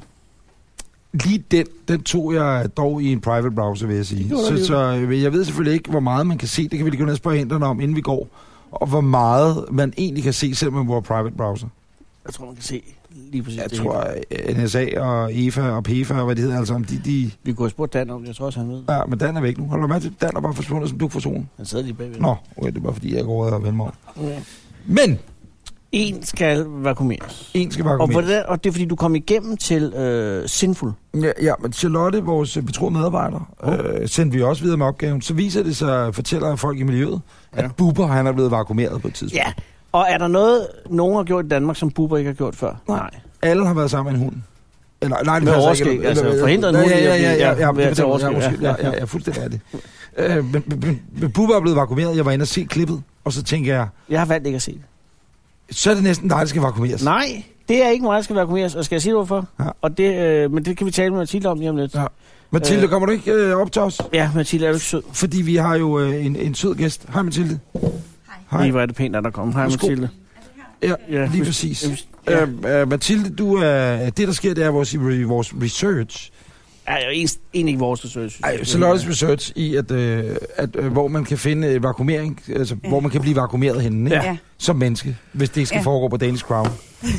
Lige den, den tog jeg dog i en private browser, vil jeg sige. gjorde du Så, så øh, jeg ved selvfølgelig ikke, hvor meget man kan se. Det kan vi lige gå ned og spørge henterne om, inden vi går. Og hvor meget man egentlig kan se, selvom man bruger private browser. Jeg tror, man kan se lige præcis Jeg det. tror, at N S A og E F A og P F A og hvad det hedder, altså om de... de Vi kunne have spurgt Dan om det. Jeg tror også, han ved. ja, men Dan er væk nu. Holder du med til? Dan er bare forsvundet som duk for solen. Han sidder lige bagved. Nå, okay, det er bare fordi, jeg går over og vender mig om. Okay. Men En skal vakuumeres. en skal Og, vakuumeres. hvordan, og det er, fordi du kom igennem til øh, Sinful. Ja, ja, men Charlotte, vores betroede medarbejder, Oh. øh, sendte vi også videre med opgaven. Så viser det sig, fortæller folk i miljøet, Ja. at Bubber, han er blevet vakuumeret på et tidspunkt. Ja. Og er der noget, nogen har gjort i Danmark, som Bubber ikke har gjort før? Nej. Alle har været sammen med en hund. Eller, nej, det Med passer overskæg, ikke. altså, Eller- forhindret en ja, hund i ja, at ja, blive- ja, ja, ja, ja, ved at det tage fortæller jeg, overskæg, undskyld. ja. Ja, ja, ja, fuldstændig er det. Øh, men, men, men, men Bubber er blevet vakuumeret. Jeg var inde og se klippet, og så tænker jeg, Jeg har valgt ikke at se det. så er det næsten dig, der skal vakuumeres. Nej, det er ikke mig, der skal vakuumeres. Og skal jeg sige det, hvorfor? Ja. Og det, øh, men det kan vi tale med Mathilde om lige om lidt. Ja. Mathilde, Øh. kommer du ikke øh, op til os? Ja, Mathilde er du ikke sød. Fordi vi har jo øh, en, en sød gæst. Hej Mathilde. Hej. Lige hvor er det pænt, at der kommer. Hej, Værsgo. Mathilde. Ja, Ja, lige hvis- præcis. hvis- ja. Øh, øh, Mathilde, du er, det der sker, det er vores, i vores research, er jo egentlig ikke vores research. Ej, Charlottes research i, at, øh, at øh, hvor man kan finde øh, vakuumering, altså ja. hvor man kan blive vakuumeret henne, ikke? Ja. Som menneske, hvis det skal Ja. foregå på Danish Crown.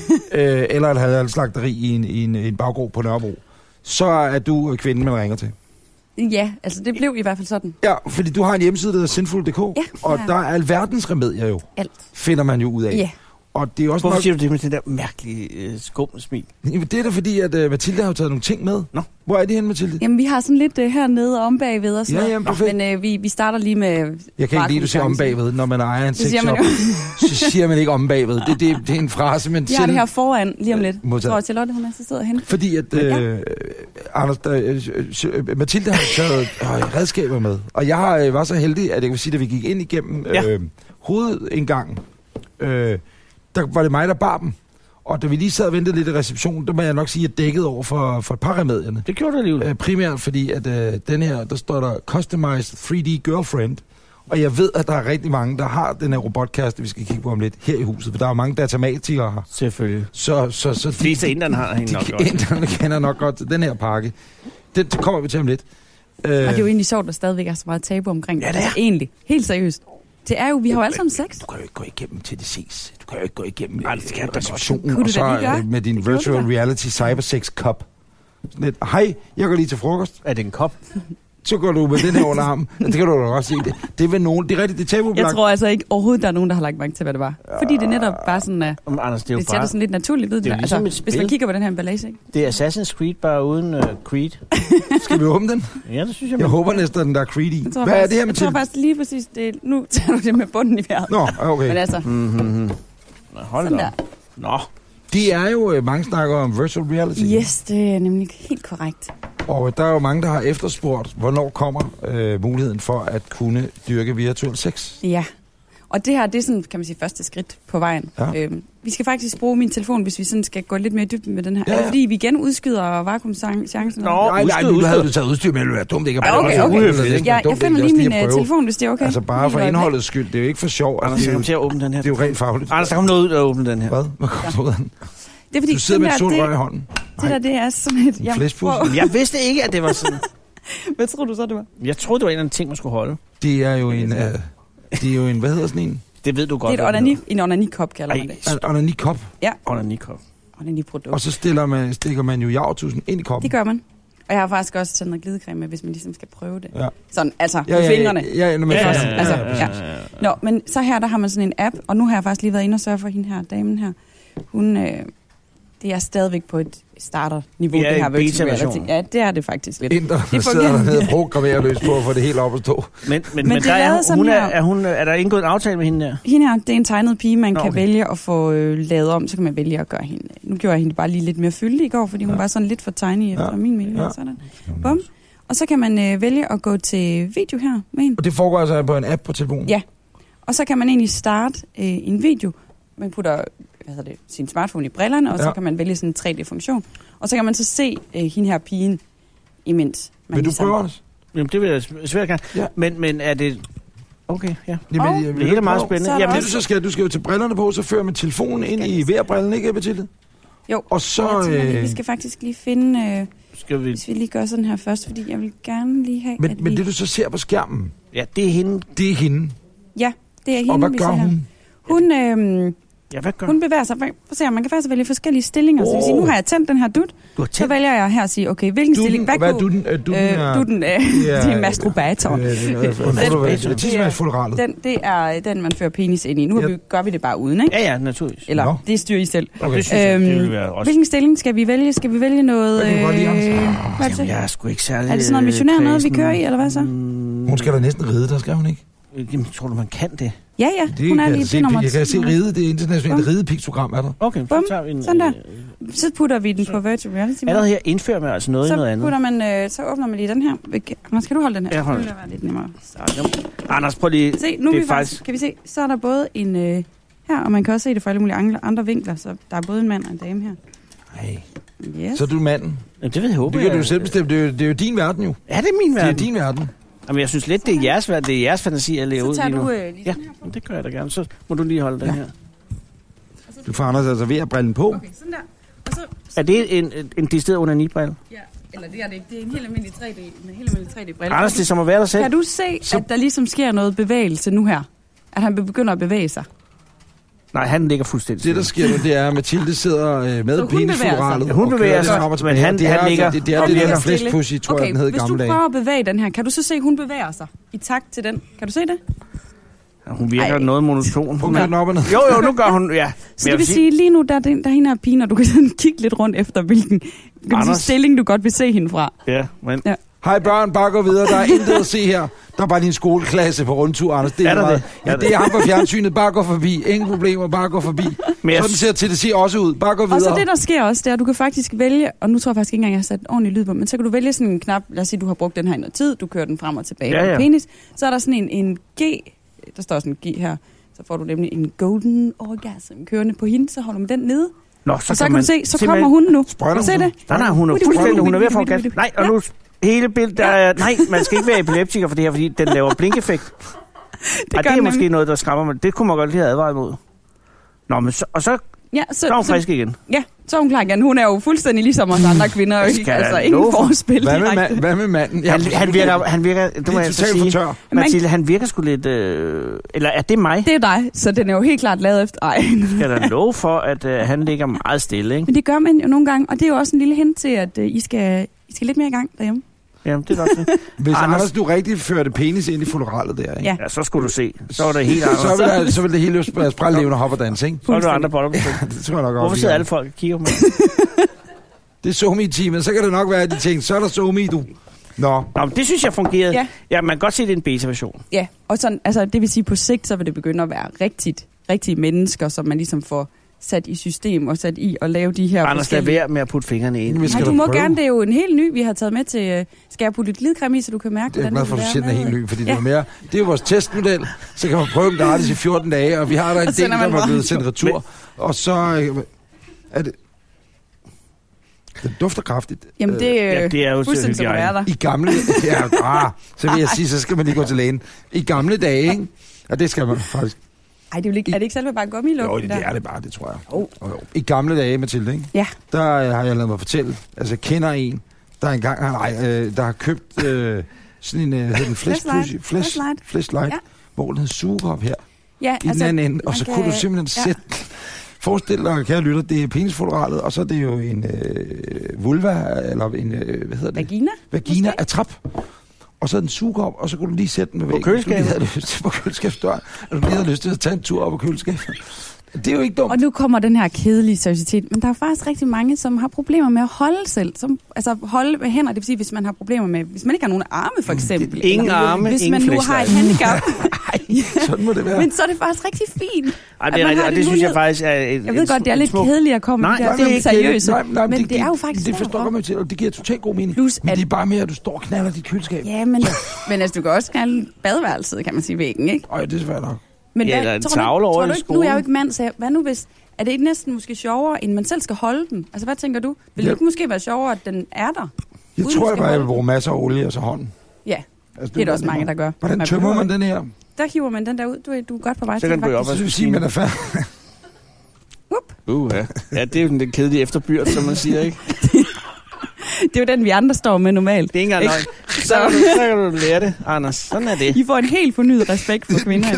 øh, eller et halvslagteri i en, i en, en baggård på Nørrebro. Så er du kvinden, man ringer til. Ja, altså det blev i hvert fald sådan. Ja, fordi du har en hjemmeside, der hedder sinful punktum d k, Ja, og ja. der er alverdens remedier jo, Alt. finder man jo ud af. Ja. Og det er også Hvorfor nok... siger du det med det der mærkelige øh, skumle smil? Jamen, det er da fordi, at uh, Mathilde har jo taget nogle ting med. Nå. Hvor er det henne, Mathilde? Jamen, vi har sådan lidt uh, hernede og om bagved og sådan Ja, noget. jamen, perfekt. Men uh, vi, vi starter lige med... Jeg kan ikke lide, at du siger om bagved, når man ejer en Det siger man sexshop. Så siger man ikke om bagved. Det, det, det er en frase, men Vi har det her foran lige om lidt. Jeg Modtaget. tror, at Charlotte, hun er så sidder henne. Fordi at øh, Anders, der, øh, øh, Mathilde har taget øh, redskaber med. Og jeg har, øh, var så heldig, at jeg kan sige, at vi gik ind igennem øh, Ja. hovedindgangen, øh, der var det mig, der bar dem. Og da vi lige sad og ventede lidt i receptionen, der må jeg nok sige, at jeg dækkede over for, for et par remedierne. Det gjorde du alligevel. Øh, primært fordi, at øh, den her, der står der Customized tre D Girlfriend. Og jeg ved, at der er rigtig mange, der har den her robotkasse, vi skal kigge på om lidt, her i huset. For der er jo mange datamatikere her. Selvfølgelig. Så, så, så De fleste inderne har hende nok de, godt. inderne kender nok godt den her pakke. Den det kommer vi til om lidt. Øh, Og det er jo egentlig sjovt, at der stadigvæk er så meget tabu omkring det. Ja, det er. Altså, egentlig. Helt seriøst. Det er jo, vi har jo alle sammen sex. Du kan jo ikke gå igennem til det ses. Du kan jo ikke gå igennem Nej, det skal jeg da godt. receptionen, Kunne og du så da lige gøre? øh, med din Det gjorde virtual du da. reality cybersex cup. Sådan lidt, hej, jeg går lige til frokost. Er det en kop? Så går du med den her under armen. Det kan du da også se. Det, det er vel nogen, det er rigtigt, det er Jeg tabubelagt. tror altså ikke overhovedet, der er nogen, der har lagt mærke til, hvad det var. Fordi det netop bare sådan er... Om Anders, det er jo Det ser bare... det sådan lidt naturligt ud. det er jo altså, ligesom et hvis man spil. kigger på den her emballage, ikke? Det er Assassin's Creed, bare uden uh, Creed. Skal vi åbne den? Ja, det synes jeg. Jeg man- håber næsten, at den der er creedy. Jeg tror Hvad er faktisk, det her med Jeg tror til? faktisk lige præcis, det er, nu tager du det med bunden i vejret. Nå, okay. Men altså, Mm-hmm. Nå, hold sådan da. der. Nå, Det er jo, øh, mange snakker om virtual reality. Yes, det er nemlig helt korrekt. Og der er jo mange, der har efterspurgt, hvornår kommer øh, muligheden for at kunne dyrke virtuel sex. Ja. Og det her, det er sådan, kan man sige, første skridt på vejen. Ja. Øhm, vi skal faktisk bruge min telefon, hvis vi sådan skal gå lidt mere i dybden med den her. Ja, Ja, ja. ja. Fordi vi igen udskyder vakuumchancen. Nå. Nej, nej, udstyr, nu udstyr. havde du taget udstyr med, det ville være dumt, ikke? Ja, okay, Bare- okay. Det er ikke Jeg, dumt, jeg finder det er lige også min at uh, prøve. telefon, hvis det er okay. Altså bare for Lige et øjeblik. indholdets skyld, det er jo ikke for sjov. Anders, Altså, jeg det, er kommer jo, til at åbne den her. det er jo rent fagligt. Anders, der kommer noget ud at åbne den her. Hvad? Hvad kommer der ud? Det er fordi, Du sidder med et sådan sort der, rør i hånden. det, det der, det er sådan et... En Jeg, flæskpose. prøver- Jeg vidste ikke, at det var sådan. Hvad tror du så, det var? Jeg troede, det var en af de ting, man skulle holde. Det er jo en, uh, det er jo en, hvad hedder sådan en? Det ved du Det godt. er et onani, en onani-kop, kalder man Ej, det. En onani-kop. Onanikop. Onani-produkt. Og så stiller man, stikker man jo jartusen ind i koppen. Det gør man. Og jeg har faktisk også taget noget glidecreme med, hvis man ligesom skal prøve det. Ja. Sådan, altså, Ja, med ja, ja, fingrene. ja, ja, når man Ja, først- ja, altså, ja, ja. Nå, men så her, der har man sådan en app, og nu har jeg faktisk lige været inde og sørge for hende her, damen her. Hun, øh, det er stadigvæk på et starterniveau, Vi er det i her virtual beta-version. reality. Ja, det er det faktisk lidt. Inderne Det sidder fungerer. dernede og programmerer løs på at få det helt op at stå. Men, men, men, Men men det der er er, lavet sådan hun er, her. er, hun, er der indgået en aftale med hende der? Hende her, det er en tegnet pige, man Nå, kan okay. vælge at få øh, lavet om, så kan man vælge at gøre hende. Nu gjorde jeg hende bare lige lidt mere fyldig i går, fordi hun Ja. var sådan lidt for tiny efter Ja. min mening. Ja. Ja. Sådan. Bum. Og så kan man øh, vælge at gå til video her med hende. Og det foregår altså på en app på telefonen? Ja. Og så kan man egentlig starte øh, en video. Man putter hvad hedder det, sin smartphone i brillerne, og ja. Ja. så kan man vælge sådan en tre D-funktion. Og så kan man så se øh, hende her pigen, imens man Vil du ligesom... prøve os? Jamen, det vil jeg svært gerne. Ja. Men, men er det... Okay, ja. Jamen, Og jeg- vil Det du hele er meget prøve? spændende. Så er der Jamen, Det det, du så skal, du skal jo til brillerne på, så fører man telefonen ind i værbrillen, ikke, Mathilde? Jo, Og så... jeg tænker, lige, Øh, vi skal faktisk lige finde... Øh, skal vi... hvis vi lige gør sådan her først, fordi jeg vil gerne lige have, men, at men vi... det du så ser på skærmen, Ja, det er hende. det er hende. Ja, det er hende, Og hvad vi gør ser her. hun? Hun, øh, Ja, hvad gør hun bevæger sig... Prøv at se, man kan faktisk vælge forskellige stillinger. Så det vil sige, nu har jeg tændt den her dut, Du har så tændt. vælger jeg her at sige, okay, hvilken stilling... Duden, hvad er duden? Øh, Duden Øh, er... duden, øh, Ja, det er masturbatoren. Tidsmandsfotograllet. Den, det er den, man fører penis ind i. Nu Ja. vi, gør vi det bare uden, ikke? Ja, ja, naturligvis. Eller, Nå. det styrer I selv. Okay. Det synes jeg, det ville være også... Hvilken stilling skal vi vælge? Skal vi vælge noget... Hvad kan du godt lide, Anders? hvad er det? Jamen, jeg er sgu ikke særlig... Er det sådan noget missionær noget, vi kredsen. kører i, eller hvad så? Mm, Hun skal da næsten ride, der skal hun ikke? Jamen, tror du, man kan det? Ja, ja. Det Hun er kan lige jeg, se, det nummer... jeg kan se ride, det internationale Bum. ridepiktogram er der. Okay, så Bum. tager vi en... Sådan der. øh, Så putter vi den på virtual reality. Allerede her indfører man altså noget i noget Så andet. putter man... Øh, så åbner man lige den her. Anders, kan du holde den her? Jeg holder Det vil være lidt nemmere. Så. Anders, prøv lige... Se, nu det er er vi faktisk... Kan vi se, så er der både en... Øh, her, og man kan også se det fra alle mulige andre, andre vinkler. Så der er både en mand og en dame her. Nej. Yes. Så er du manden. Jamen, det ved jeg håbe. Det kan du jo selv bestemme. Det er jo, det er jo din verden jo. Er det min Det er verden? din verden. Jamen, jeg synes lidt, det er jeres verden. Det er jeres fantasi, jeg lever Så ud tager lige nu. du øh, lige Ja, den her. men det gør jeg da gerne. Så må du lige holde den Ja. her. Du får Anders altså ved at brille på. Okay, sådan der. Og så... Er det en, en decideret onanibrille? Ja. Eller det er det ikke. Det er en helt almindelig tre D, en helt almindelig tre D-brille. Anders, det er som at være dig selv. Kan du se, Så- at der ligesom sker noget bevægelse nu her? At han begynder at bevæge sig? Nej, han ligger fuldstændig Det, der stille. sker nu, det er, at Mathilde sidder øh, med Så hun bevæger sig. penisforalet. Ja, hun og kører bevæger det sig, frem og tilbage. men han- det er, han ligger- Det, det er Han det, der ligger er flest stille. pussy, tror okay, jeg, den hed i hvis du gamle dage. prøver at bevæge den her, kan du så se, at hun bevæger sig i takt til den? Kan du se det? Ja, hun virker Ej. noget monoton. Hun kører den op og ned. Jo, jo, nu gør hun... Ja. Så Men det jeg vil vil sige, lige nu, der er, den, der er hende her pigen, og du kan sådan kigge lidt rundt efter, hvilken kan du sige, Anders. stilling du godt vil se hende fra. Ja, men... Ja. Hej børn, bare gå videre. Der er intet at se her. Der er bare din skoleklasse på rundtur, Anders. Det er, Er der meget. det? Ja, det er ham på fjernsynet. Bare gå forbi. Ingen problemer, bare gå forbi. Men jeg- Sådan ser T D C også ud. Bare gå videre. Og så det, der sker også, det er, at du kan faktisk vælge, og nu tror jeg faktisk ikke engang, jeg har sat ordentlig lyd på, men så kan du vælge sådan en knap, lad os sige, du har brugt den her i noget tid, du kører den frem og tilbage Ja, på ja. penis, så er der sådan en, en G, der står sådan en G her, så får du nemlig en golden orgasm kørende på hende, så holder du med den nede, Nå, så og så kan man du se, så simpelthen- kommer hun nu. Sprøjter Kan du se hun det? så? Nej, nej, hun er Udi, fuldstændig... udi, Hun er ved at få udi, udi, orgasme. udi. Nej, og nu... Hele billedet, der er... Nej, man skal ikke være epileptiker for det her, fordi den laver blinkeffekt. Det Ej, gør det er den måske nemlig. noget, der skræmmer mig. Det kunne man godt lige have advaret mod. Nå, men så... Og så, Ja, så, så er hun så, frisk igen. ja, så er hun klar igen. Hun er jo fuldstændig ligesom os andre kvinder, jo Skal ikke? jeg Altså, da ingen love for. forspil Hvad med, direkte. mand, hvad med manden? Han, han virker... Han virker... Det Det må er jeg så totalt for sige. tør. Mathilde, han virker sgu lidt... Øh, eller er det mig? Det er dig, så den er jo helt klart lavet efter... Ej. Skal der love for, at øh, han ligger meget stille, ikke? Men det gør man jo nogle gange, og det er jo også en lille hint til, at uh, I, skal, I skal lidt mere i gang derhjemme. Jamen, det er godt det. Hvis Anders- Anders, du rigtig førte penis ind i fotoralet der, ikke? Ja. Ja, så skulle du se. Så var det helt Så anderledes. vil, der, så vil det hele jo sprælle levende hop og danse, ikke? Så er der andre boller på det. Det tror jeg nok Hvorfor også, sidder vi alle gør. folk og kigger på mig? Det er somi-teamet, så kan det nok være, at de tænker, så er der somi, du. Nå, Nå, men det synes jeg fungerede. Ja. Ja, man kan godt se, det er en beta-version. Ja, og sådan, altså, det vil sige, på sigt, så vil det begynde at være rigtigt, rigtige mennesker, som man ligesom får sat i system og sat i at lave de her Anders, lad forskellige... være med at putte fingrene ind. vi skal Nej, du da må prøve. gerne, det er jo en helt ny, vi har taget med til... øh, Skal jeg putte lidt glidecreme i, så du kan mærke, Det er jeg glad for, at du vil siger, den er være helt med? ny, fordi Ja. det er mere. Det er jo vores testmodel, så kan man prøve den gratis i fjorten dage, og vi har der en Og del, sender der man var blevet bare- sendt retur. Og så øh, er det... Den dufter kraftigt. Jamen, det, øh, Ja, det er jo fuldstændig som at være der. I gamle... Ja, ah, så vil jeg sige, så skal man lige gå til lægen. I gamle dage, ikke? Og det skal man faktisk. Ej, det er, jo ikke, er det ikke selve bare gummilugt? Jo, det, det er det bare, det tror jeg. Oh. Jo, jo. I gamle dage, Mathilde, ikke? Ja. Der øh, har jeg lavet mig fortælle, altså jeg kender en, der engang har, nej, øh, der har købt øh, sådan en, øh, hedder den flash Flashlight. pussy, flash, Flashlight. flashlight, Ja. hvor den hed sugerop her, Ja, i den anden ende, og man så kan- kunne du simpelthen ja. sætte, forestil dig, kære lytter, det er penisfotoralet, og så er det jo en øh, vulva, eller en, øh, hvad hedder det? Vagina? Vagina måske? af trap. Og så er den suger op, og så kunne du lige sætte den med På væggen. køleskabet? Du lige havde lyst til på køleskabsdøren, og du lige havde lyst til at tage en tur op på køleskabet. Det er jo ikke dumt. Og nu kommer den her kedelige seriøsitet, men der er faktisk rigtig mange, som har problemer med at holde selv. Som, altså holde med hænder, det vil sige, hvis man har problemer med, hvis man ikke har nogen arme for eksempel. Ingen eller, arme, hvis ingen man nu har et flashlight. handicap. Sådan må det være. Men så er det faktisk rigtig fint. Ej, at det er man rigtigt, har og det den synes jeg mulighed. faktisk er... Et, Jeg ved godt, det er lidt smuk- kedeligt at komme Nej, med nej, det, det er det ikke seriøse. Nej, nej, men det, det er jo faktisk Det forstår derfor. jeg til, og det giver totalt god mening. Plus, men at- det er bare mere, at du står og knaller dit køleskab. Ja, men, men altså, du kan også kalde badeværelset, kan man sige, væggen, ikke? Øj, det er svært nok. Men Ja, eller en tror du tavle ikke- over tror i du ikke, nu er jeg jo skolen. ikke mand, så jeg, hvad nu hvis... Er det ikke næsten måske sjovere, end man selv skal holde den? Altså, hvad tænker du? Vil det Ja. ikke måske være sjovere, at den er der? Jeg Uden tror, du jeg skal bare, jeg holde vil bruge masser af olie og så hånden. Ja, Altså, det er der også mange, der gør. Hvordan Man tømmer behøver man den her? der hiver man den der ud. Du er, du er godt på vej Så til kan det, den gå op faktisk. Så vil sige, at man er færdig. Up. Uh, ja. ja, det er jo den kedelige efterbyrd, som man siger, ikke? Det er jo den, vi andre står med normalt. Det er ikke engang løgn. Så, kan du, så kan du lære det, Anders. Sådan er det. I får en helt fornyet respekt for kvinder.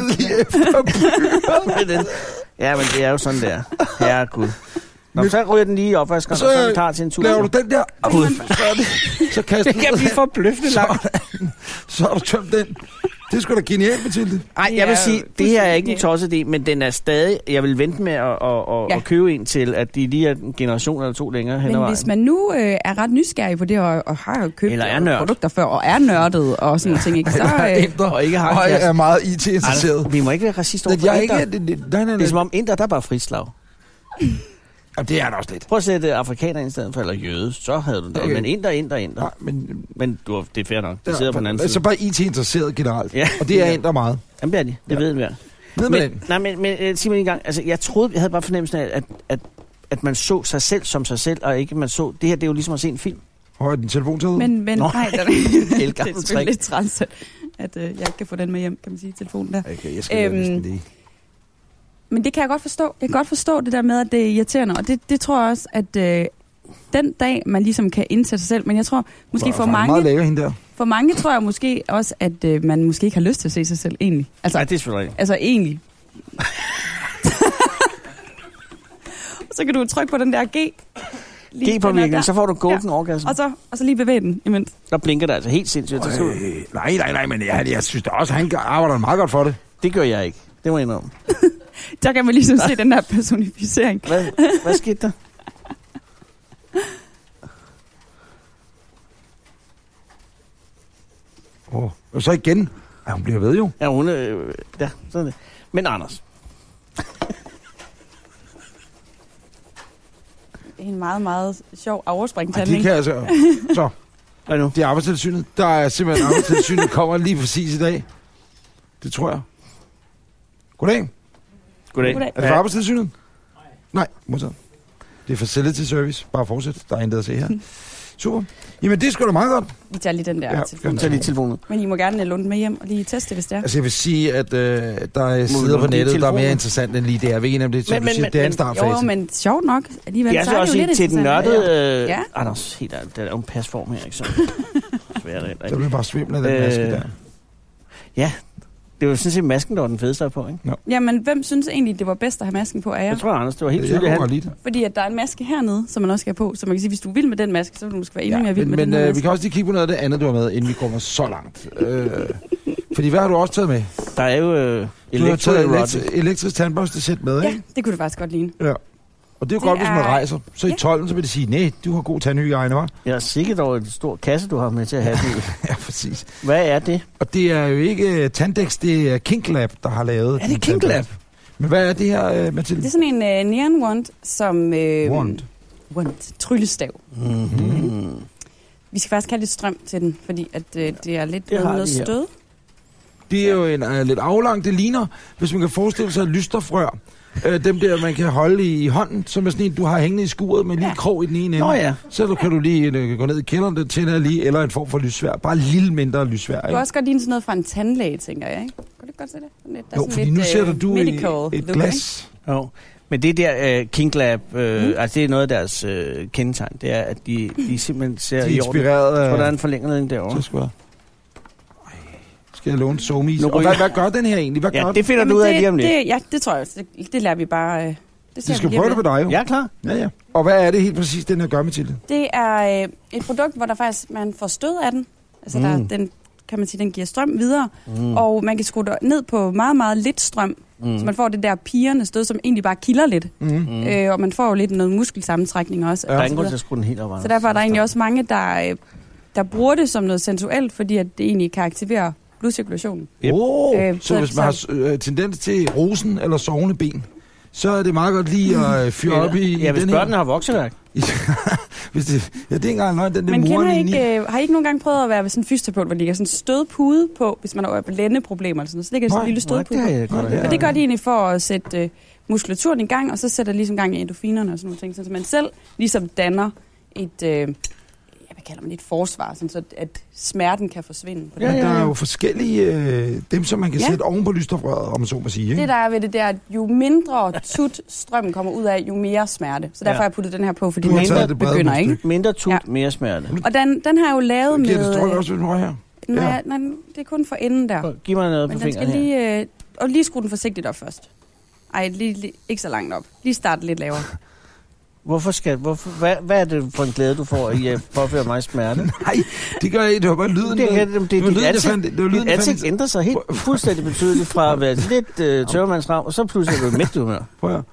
Det er den. Ja, men det er jo sådan der. Herregud. Nå, så ryger den lige i opvaskeren, og så er den klar til en tur. Laver du den der? Gud. Så, er det, så kaster Det du kan blive forbløffende langt. Sådan. Så har du tømt den. Det er sgu da genialt, Mathilde. Ej, jeg vil sige, det her er ikke en tosset idé, men den er stadig... Jeg vil vente med at, at, at, Ja. at købe en til, at de lige er en generation eller to længere hen ad Men vejen. hvis man nu øh, er ret nysgerrig på det, og, og har jo købt Eller er øh, nørd. produkter før, og er nørdet og sådan nogle ting, ikke? Så, øh, Ændrer, og ikke har og en jeg er meget I T-interesseret. Anders, vi må ikke være racist over Det, for jeg er ikke... inder. Det, det, nej, nej, Det er som nej. om inder, der er bare frit slag. Jamen, det er der også lidt. Prøv at sætte afrikaner i stedet for, eller jøde, så havde du det. Okay. Men inder, inder, inder. Nej, men... Men du, har- det er fair nok. Det sidder på den anden Altså side. bare I T-interesseret generelt. Ja. Og det er ændrer meget. Jamen, det er de. Det Ja. ved vi. Ned med Men, den. nej, men, men øh, sig mig en gang. Altså, jeg troede, jeg havde bare fornemmelsen af, at, at, at man så sig selv som sig selv, og ikke man så... Det her, det er jo ligesom at se en film. Høj, din telefon taget ud? men, men Nå, nej, der, helt det er gammelt selvfølgelig lidt træls, at øh, jeg ikke kan få den med hjem, kan man sige, telefonen der. Okay, jeg skal øhm, Øhm, næsten lige. Men det kan jeg godt forstå. Jeg kan godt forstå det der med, at det er irriterende, og det, det tror jeg også, at øh, den dag, man ligesom kan indsætte sig selv. Men jeg tror, måske for meget mange, lækker hende der. for mange tror jeg måske også, at øh, man måske ikke har lyst til at se sig selv egentlig. Altså, Nej, det er selvfølgelig rigtigt. altså egentlig. Så kan du trykke på den der G. G-påvirkning, så får du golden Ja. orgasm. Og så, og så lige bevæge den imens. Der blinker det altså helt sindssygt. Så skal du- Øh, nej, nej, nej, men jeg, jeg synes da også, at han arbejder meget godt for det. Det gør jeg ikke. Det må jeg indrømme. Der kan man ligesom se den der personificering. Hvad, hvad skete der? Oh. Og så igen. Ja, hun bliver ved jo. Ja, hun øh, ja, sådan det. Men Anders, Det er en meget, meget sjov Ej, overspringtanding. de kan altså... Så, hvad nu? det er arbejdstilsynet. Der er simpelthen arbejdstilsynet kommer lige præcis i dag. Det tror jeg. Goddag. Goddag. Goddag. Er det for arbejdstilsynet? Nej, modtaget. Det er facility service. Bare fortsæt. Der er intet at se her. Super. Jamen, det er sgu da meget godt. Vi tager lige den der Ja, ja, telefon. gør Tag lige telefonen. Men I må gerne låne den med hjem og lige teste, hvis det er. Altså, jeg vil sige, at øh, der er vi sider låne på din nettet, der er telefon? mere interessant end lige det. Jeg ved ikke, om det er, som Men- du men- siger, men- det er en men- startfase. Jo, men sjovt nok. Alligevel, Jeg så er er det også jo lidt til den interessant. nørdede... Øh, Ja. Anders, helt ærligt, det er jo en pasform her, ikke så? Svært, Der ikke? bliver bare svimmel af den Øh, maske der. Ja, det var sådan set masken, der var den fedeste af på, ikke? Jamen, hvem synes egentlig, det var bedst at have masken på af jer? Jeg tror, Anders, det var helt Jeg tydeligt. kunne Han, godt lide det. Fordi at der er en maske hernede, som man også skal have på. Så man kan sige, hvis du er vild med den maske, så vil du måske være endnu mere vild men med men den her øh, vi maske. kan også lige kigge på noget af det andet, du har med, inden vi kommer så langt. Øh, fordi hvad har du også taget med? der er jo øh, Du har taget electro elektri- elektrisk tandbørstesæt med, Ja, ikke? det kunne det faktisk godt ligne. Ja. Og det er jo Det godt, hvis man er- rejser. Så i Ja. tolden, så vil de sige, nej, du har god tandhygiejne, hva'? Jeg er sikkert over en stor kasse, du har med til at have den. Ja, præcis. Hvad er det? Og det er jo ikke uh, Tandex, det er Kinklab, der har lavet. Er det den Kinklab? tandbørste. Men hvad er det her, uh, Mathilde? Det er sådan en uh, neon wand, som... Uh, Wand. Wand. Tryllestav. Mm-hmm. Vi skal faktisk have lidt strøm til den, fordi at, uh, det er lidt Det har noget vi her. stød. Det er jo en uh, lidt aflang. Det ligner, hvis man kan forestille sig, lysstofrør. Uh, dem der, man kan holde i, i hånden, som er sådan en, du har hængende i skuret med en lille Ja. krog i den ene ende. Nå ja. Så du, kan du lige uh, gå ned i kælderen, det tænder lige, eller en form for lyssvær. Bare en lille mindre lyssvær, Det ikke? kan også godt ligne sådan noget fra en tandlæge, tænker jeg, ikke? Kan du ikke godt se det? Sådan lidt, der er Jo, sådan fordi lidt, nu øh, sætter du i medical et look, glas. Jo. Men det der uh, Kinklab, uh, Mm. altså det er noget af deres uh, kendetegn. Det er, at de, de simpelthen ser De er i orden. inspireret Jeg tror, der er af... en forlængerledning derovre. Så skal jeg... Ej, skal jeg låne Somis? Nu Og hvad, ryger- hvad gør den her egentlig? Hvad gør Ja, den? det finder Jamen, du ud af det- lige om lidt. Det, ja, det tror jeg også. Det, det lader vi bare... Øh, det ser De skal vi lige prøve om det på lidt. dig, jo. Jeg er klar. Ja, ja. Og hvad er det helt præcis, den her gør, Mathilde? Det er øh, et produkt, hvor der faktisk man får stød af den. Altså Mm. der, den kan man sige, den giver strøm videre. Mm. Og man kan skrue det ned på meget, meget lidt strøm. Mm. Så man får det der pirrende stød, som egentlig bare kilder lidt. Mm. Mm. Øh, og man får jo lidt noget muskelsammentrækning også. Der er og ingen så grund til videre. at skrue den helt op. Så derfor er der egentlig også mange, der, øh, der bruger det som noget sensuelt, fordi at det egentlig kan aktivere blodcirkulationen. Yep. Oh, Øh, så, så- hvis man har øh, tendens til rosen eller sovende ben, så er det meget godt lige at øh, fyre op i, Ja, i hvis den børnene her. har vokseværk. hvis det, ja, det er ikke engang løgn, den der Man kender muren inde i. ikke, øh, har I ikke nogen gange prøvet at være ved sådan en fysioterapeut, hvor der ligger sådan en stødpude på, hvis man har lændeproblemer eller sådan noget, så ligger der sådan en lille Nej, stødpude det på. har jeg godt Nå, hørt. det Og det gør de egentlig for at sætte øh, muskulaturen i gang, og så sætter ligesom gang i endofinerne og sådan nogle ting, så man selv ligesom danner et, øh, hvad kalder man det, et forsvar, sådan så at smerten kan forsvinde. På den Ja, måde. der er jo forskellige, øh, dem som man kan Ja. sætte oven på lysstofrøret, om man så må sige. Ikke? Det der er ved det der, at jo mindre tut strømmen kommer ud af, jo mere smerte. Så derfor Ja. har jeg puttet den her på, fordi Du har den taget det brede begynder, ikke? modstykke. Mindre tut, Ja. mere smerte. Og den, den har jeg jo lavet Giver det med... strøm øh, også, hvis man rører her? nej, Ja. nej, det er kun for enden der. Giv mig noget på Men den skal fingeren her. lige... Øh, og lige skrue den forsigtigt op først. Ej, lige, lige, ikke så langt op. Lige starte lidt lavere. Hvorfor skal, hvorfor, hvad, hvad er det for en glæde, du får i at påføre mig smerte? Nej, det gør jeg ikke. Det var bare lyden. Det, der- det, det, det, det var dit lyden, der ansigt, fandt det. Det var dit lyden, der ansigt fandt ændrer sig helt fuldstændig betydeligt fra at være lidt øh, tørremandsrav, og så pludselig er du midt i humør. Prøv at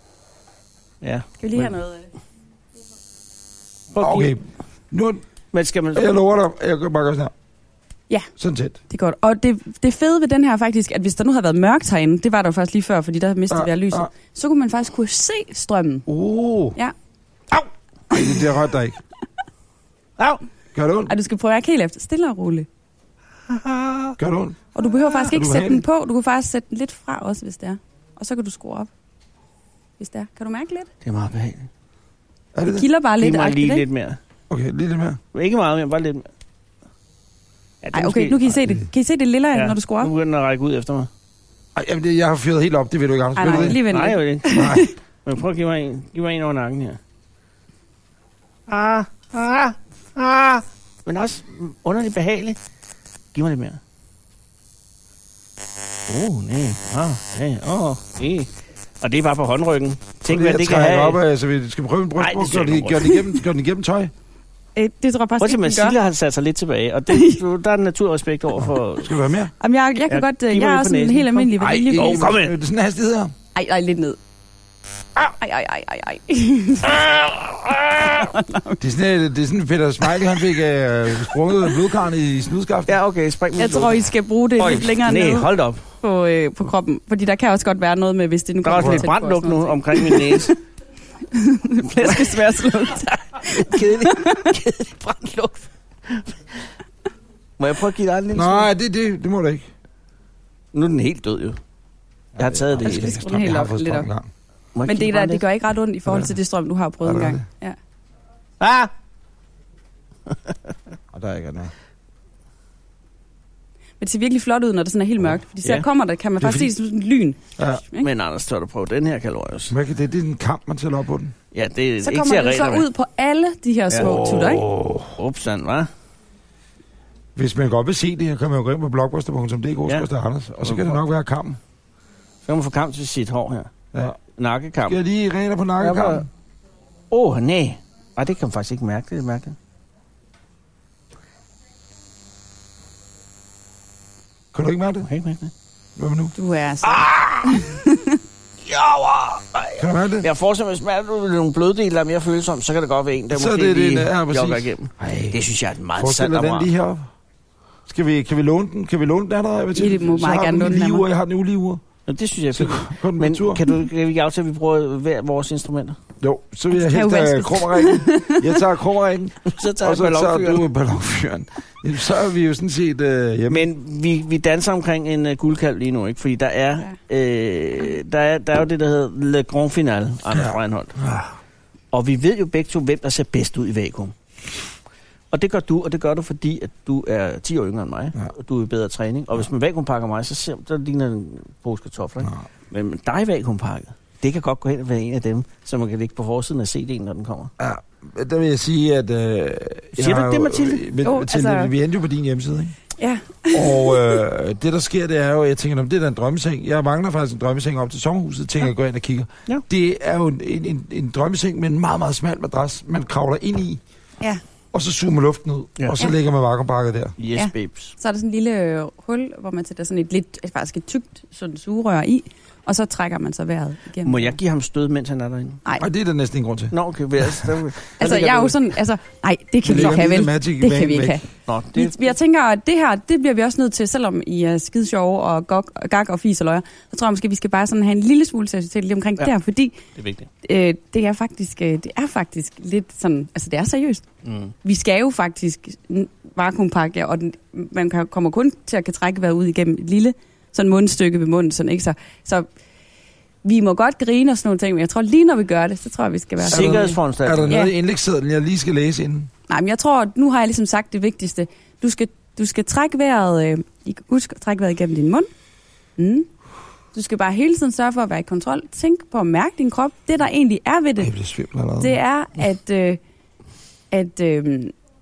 Ja. Skal vi lige have noget... Øh? Prøv at Okay, give- nu, Men skal man... jeg lover dig, jeg kan bare gøre sådan her. Ja. Sådan tæt. Det er godt. Og det, det fede ved den her faktisk, at hvis der nu havde været mørkt herinde, det var der jo faktisk lige før, fordi der mistede Ah, vi af lyset, ah. så kunne man faktisk kunne se strømmen. Oh. Ja. Au! Ej, det der rørte dig ikke. Au! Gør det ondt? Og du skal prøve at mærke helt efter, stille og roligt. Gør det ondt? Og du behøver faktisk Er ikke du sætte den behagelig? på, du kan faktisk sætte den lidt fra også, hvis det er. Og så kan du skrue op, hvis det er. Kan du mærke lidt? Det er meget behageligt. Er det Det det? kilder bare Giv lidt. mig agtigt, lige ikke? lidt mere. Okay, lige lidt mere. Ikke meget mere, bare lidt mere. Ja, det er Ej, okay, måske- nu kan I se det. Kan I se det lille, ja. når du skruer op? Nu begynder den at række ud efter mig. Ej, jamen, det, jeg har fyret helt op, det ved du ikke, Anders. Ej, Ved du nej, det? lige vent Nej, lidt. jeg vil ikke. Nej. Men prøv at give mig en, giv mig en over nakken her. ah, ah, ah. Men også underligt behageligt. Giv mig lidt mere. Åh, oh, nej. Ah, nej. Åh, oh, nej. Og det er bare på håndryggen. Tænk, hvad det kan have. Op, altså, vi skal prøve en brystbrugt. Gør den, gør den igennem, gør den igennem tøj? Øh, det tror jeg faktisk ikke, den gør. Mathilde har sat sig lidt tilbage, og det, der er en naturrespekt over for... Skal du have mere? Jamen, jeg, jeg kan Ja, godt... giv Jeg mig er lidt også på en næsen. helt almindelig Ej, vaniljevis. oh, kom med. Det er sådan en hastighed her. Ej, ej, lidt ned. Ej, ej, ej, ej, ej. Det er sådan, det er sådan Peter Smiley, han fik uh, sprunget blodkarren i snudskaften. Ja, okay, spring Jeg tror, I skal bruge det Øj, lidt længere nej, nede hold op. på, øh, på kroppen. Fordi der kan også godt være noget med, hvis det nu Der er også for lidt tæt på og brandlugt sådan nu noget. omkring min næse. Flæskesværslugt. Kedelig, kedelig brandlugt. Må jeg prøve at give dig en lille smule? Nej, det, det, det må du ikke. Nu er den helt død, jo. Jeg har taget det Jeg hele. skal skrue den helt op lidt op. Må jeg Men give det, mig der, lidt? det gør ikke ret ondt i forhold til det strøm, du har prøvet Er en det gang. Ja. Ah! Og der er ikke noget. Men det ser virkelig flot ud, når det sådan er helt mørkt. Fordi så Ja. kommer der, kan man Det er faktisk se sådan en lyn. Ja. Ikke? Men Anders, tør du prøve den her kalorius? Hvad kan det? Det er en kamp, man tæller op på den. Ja, det er Så ikke kommer til at det så rede med. ud på alle de her små Ja. tutter, ikke? Oh. Upsan, hva'? Hvis man godt vil se det, så kan man jo gå ind på blogbuster punktum d k Ja. ja. Anders, og så kan det nok være kampen. Så kan man få kamp til sit hår her. Ja. Nakkekamp. Skal jeg lige regler på nakkekampen? Åh, oh, nej. Ej, det kan man faktisk ikke mærke. Det er mærkeligt. Kan du ikke mærke det? Jeg kan ikke mærke det. Hvad med nu? Du er så... Kan du mærke det? Jeg får simpelthen smert, at nogle bløddele, der er mere følsomme, så kan det godt være en, der Så måske det er det, lige ja, præcis. jogger igennem. Ej. Det synes jeg er et meget Forestil sandt dig den apparat. lige heroppe. Skal vi, kan vi låne den? Kan vi låne den af dig? Ja, det må så meget har gerne du låne den den af lige mig. uger, jeg har den uge uger. Nå, det synes jeg er Så fint. går den på Men tur. kan du kan vi ikke aftale, at vi bruger hver vores instrumenter? Jo, så vil jeg Kan jo helt have vaskes. krummerrækken. Jeg tager krummerrækken, Så tager og så jeg tager ballonfyren. du ballonfyren. Jamen, så er vi jo sådan set øh, hjemme. Men vi, vi danser omkring en uh, guldkalv lige nu, ikke? Fordi der er, øh, der er, der er jo det, der hedder Le Grand Finale, Anders Ja. Reinholdt. Ah. Og vi ved jo begge to, hvem der ser bedst ud i vakuum. Og det gør du, og det gør du, fordi at du er ti år yngre end mig, Ja. og du er i bedre træning. Og hvis man vakuumpakker mig, så, ser, så ligner det en pose kartofler. Ikke? Ja. Men dig vakuumpakket, det kan godt gå hen og være en af dem, som man kan lægge på forsiden af C D'en, når den kommer. Ja, der vil jeg sige, at... Øh, Siger du jeg- det, Mathilde? Men, Jo, Mathilde, altså- vi endte jo på din hjemmeside, ikke? Ja. Og øh, det, der sker, det er jo, jeg tænker, det er da en drømmeseng. Jeg mangler faktisk en drømmeseng op til sommerhuset, tænker jeg, gå ind og kigger. Ja. Det er jo en, en, en drømmeseng med en meget, meget smal madras, man kravler ind i, Ja. og så zoomer luften ud, Ja. og så Ja. lægger man vakuumpakket der. Yes, Ja. babes. Så er der sådan en lille øh, hul, hvor man sætter sådan et lidt, faktisk et tykt sådan sugerør i, og så trækker man så vejret igennem. Må jeg give ham stød, mens han er derinde? Nej. Og det er der næsten ingen grund til. Nå, okay. Altså, der, der Altså, ligger jeg er du- jo sådan, altså, nej, det kan Det vi ikke ligger have, en vel? lille magic Det kan bag vi ikke væk. have. Nå, det, Vi, jeg tænker, at det her, det bliver vi også nødt til, selvom I er skide sjove og gok, gag og fis og løjer. Så tror jeg måske, vi skal bare sådan have en lille smule seriøsitet lige omkring Ja. ja. der, fordi det er vigtigt. øh, det er faktisk, øh, det er faktisk lidt sådan, altså det er seriøst. Mm. Vi skal jo faktisk n- vakuumpakke, ja, og den, man kan, kommer kun til at kan trække vejret ud igennem et lille sådan mundstykke ved munden, sådan, ikke? Så, så vi må godt grine og sådan nogle ting, men jeg tror lige når vi gør det, så tror jeg, vi skal være... Er der- sådan- Er der Sikkerhedsforanstaltning. noget Ja. i indlægssedlen, jeg lige skal læse inden? Nej, men jeg tror, at nu har jeg ligesom sagt det vigtigste. Du skal, du skal trække vejret, øh, I- husk at trække vejret igennem din mund. Mm. Du skal bare hele tiden sørge for at være i kontrol. Tænk på at mærke din krop. Det, der egentlig er ved det, Jeg bliver svimmel allerede. det er, at, øh, at øh,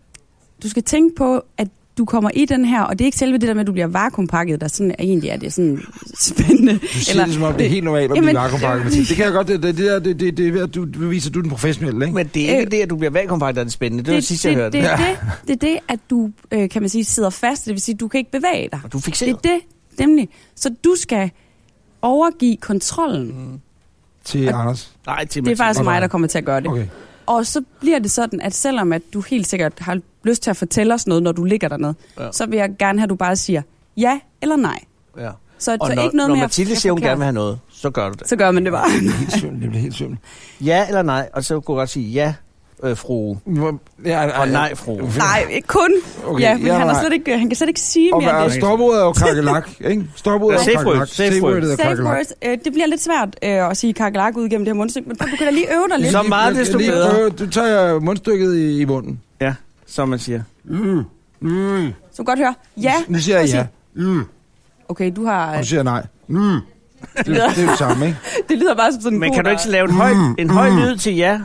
du skal tænke på, at du kommer i den her, og det er ikke selve det der med, at du bliver vakuumpakket, der sådan er egentlig er det sådan spændende. Du siger det, som om det er helt normalt at blive Jamen, vakuumpakket. Mathilde. Det kan jeg godt, det, det, det, der, det, det, det er ved, at du beviser, at du er den professionelle, ikke? Men det er ikke Øh, det, at du bliver vakuumpakket, der er det spændende. Det var det sidste, jeg det, hørte. det, det, det, det er det, at du, øh, kan man sige, sidder fast. Det vil sige, at du kan ikke bevæge dig. Og du er Det fikseret. er det, nemlig. Så du skal overgive kontrollen. Mm. Til Anders. Nej, til Det er faktisk Og mig, dig. der kommer til at gøre det. Okay. Og så bliver det sådan, at selvom at du helt sikkert har lyst til at fortælle os noget, når du ligger dernede, Ja. ja. så vil jeg gerne have, at du bare siger ja eller nej. Ja. Så, Og så når, ikke noget når mere Mathilde siger, hun gerne vil have noget, så gør du det. så gør man det bare. Helt svimmel, jeg bliver helt svimmel. Ja eller nej, og så kunne du godt sige ja, øh, fru. Ja, Og nej, fru. Nej, ikke kun. Okay, Ja, men ja, han, er nej. slet ikke, han kan slet ikke sige Og mere hvad- end det. stopordet er jo kakelak, ikke? Stopordet Ja, er safe kakelak. word, safe Safe word. wordet er Safe kakelak. words, øh, det bliver lidt svært øh, at sige kakelak ud gennem det her mundstykke, men du kan da lige øve dig lidt. Så meget, desto Lige bedre. prøve- Du tager mundstykket i, i munden. Ja, som man siger. Mm. Mm. Så godt høre. Ja. Nu siger jeg ja. Mm. Okay, du har... Og du siger nej. Mm. Det, det er jo det samme, ikke? Det lyder bare som sådan en Men ko, kan du der- ikke så lave en høj, en høj lyd til ja,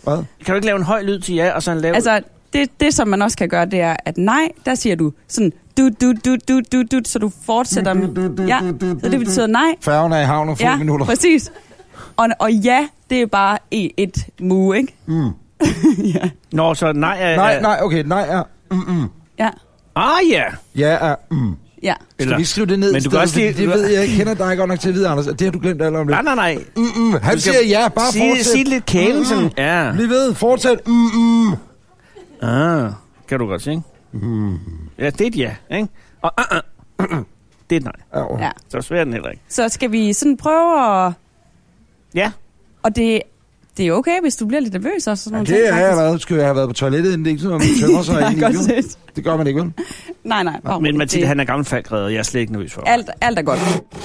Hvad? Kan du ikke lave en høj lyd til ja, og så en lav? Altså, det, det som man også kan gøre, det er, at nej, der siger du sådan, du, du, du, du, du, du, så du fortsætter. Ja, så det betyder nej. Færgen er i havn om få Ja, minutter. præcis. Og, og ja, det er bare et, et move, ikke? Mm. Ja. Nå, så nej er... Nej, nej, okay, nej er... Mm-mm. Ja. Ah, ja. Ja er... Mm. Ja. Skal vi skrive det ned? Men du kan også lige... lige... Det ved jeg, jeg kender dig godt nok til at vide, Anders. Det har du glemt alle om lidt. Nej, nej, nej. Mm-mm. Han siger ja, bare sige, fortsæt. Sig lidt kælen, sådan. Ja. Bliv ved, fortsæt. Mm-mm. Ah, kan du godt se, ikke? Mm. Ja, det er et ja, ikke? Og uh, uh, uh, uh, det er et nej. Ja. Ja. Så svært er den heller ikke. Så skal vi sådan prøve at... Ja. Og det, det er okay, hvis du bliver lidt nervøs også. Sådan Ja, nogle det ting, er jeg faktisk. allerede. Skal jeg have været på toilettet, inden det ikke sådan, at man tømmer sig ind i Godt jo. set. Det gør man ikke, vel? Nej, nej. Bare Men roligt. Mathilde, Det- han er gammel faldgræder, jeg er slet ikke nervøs for. Alt, alt er godt.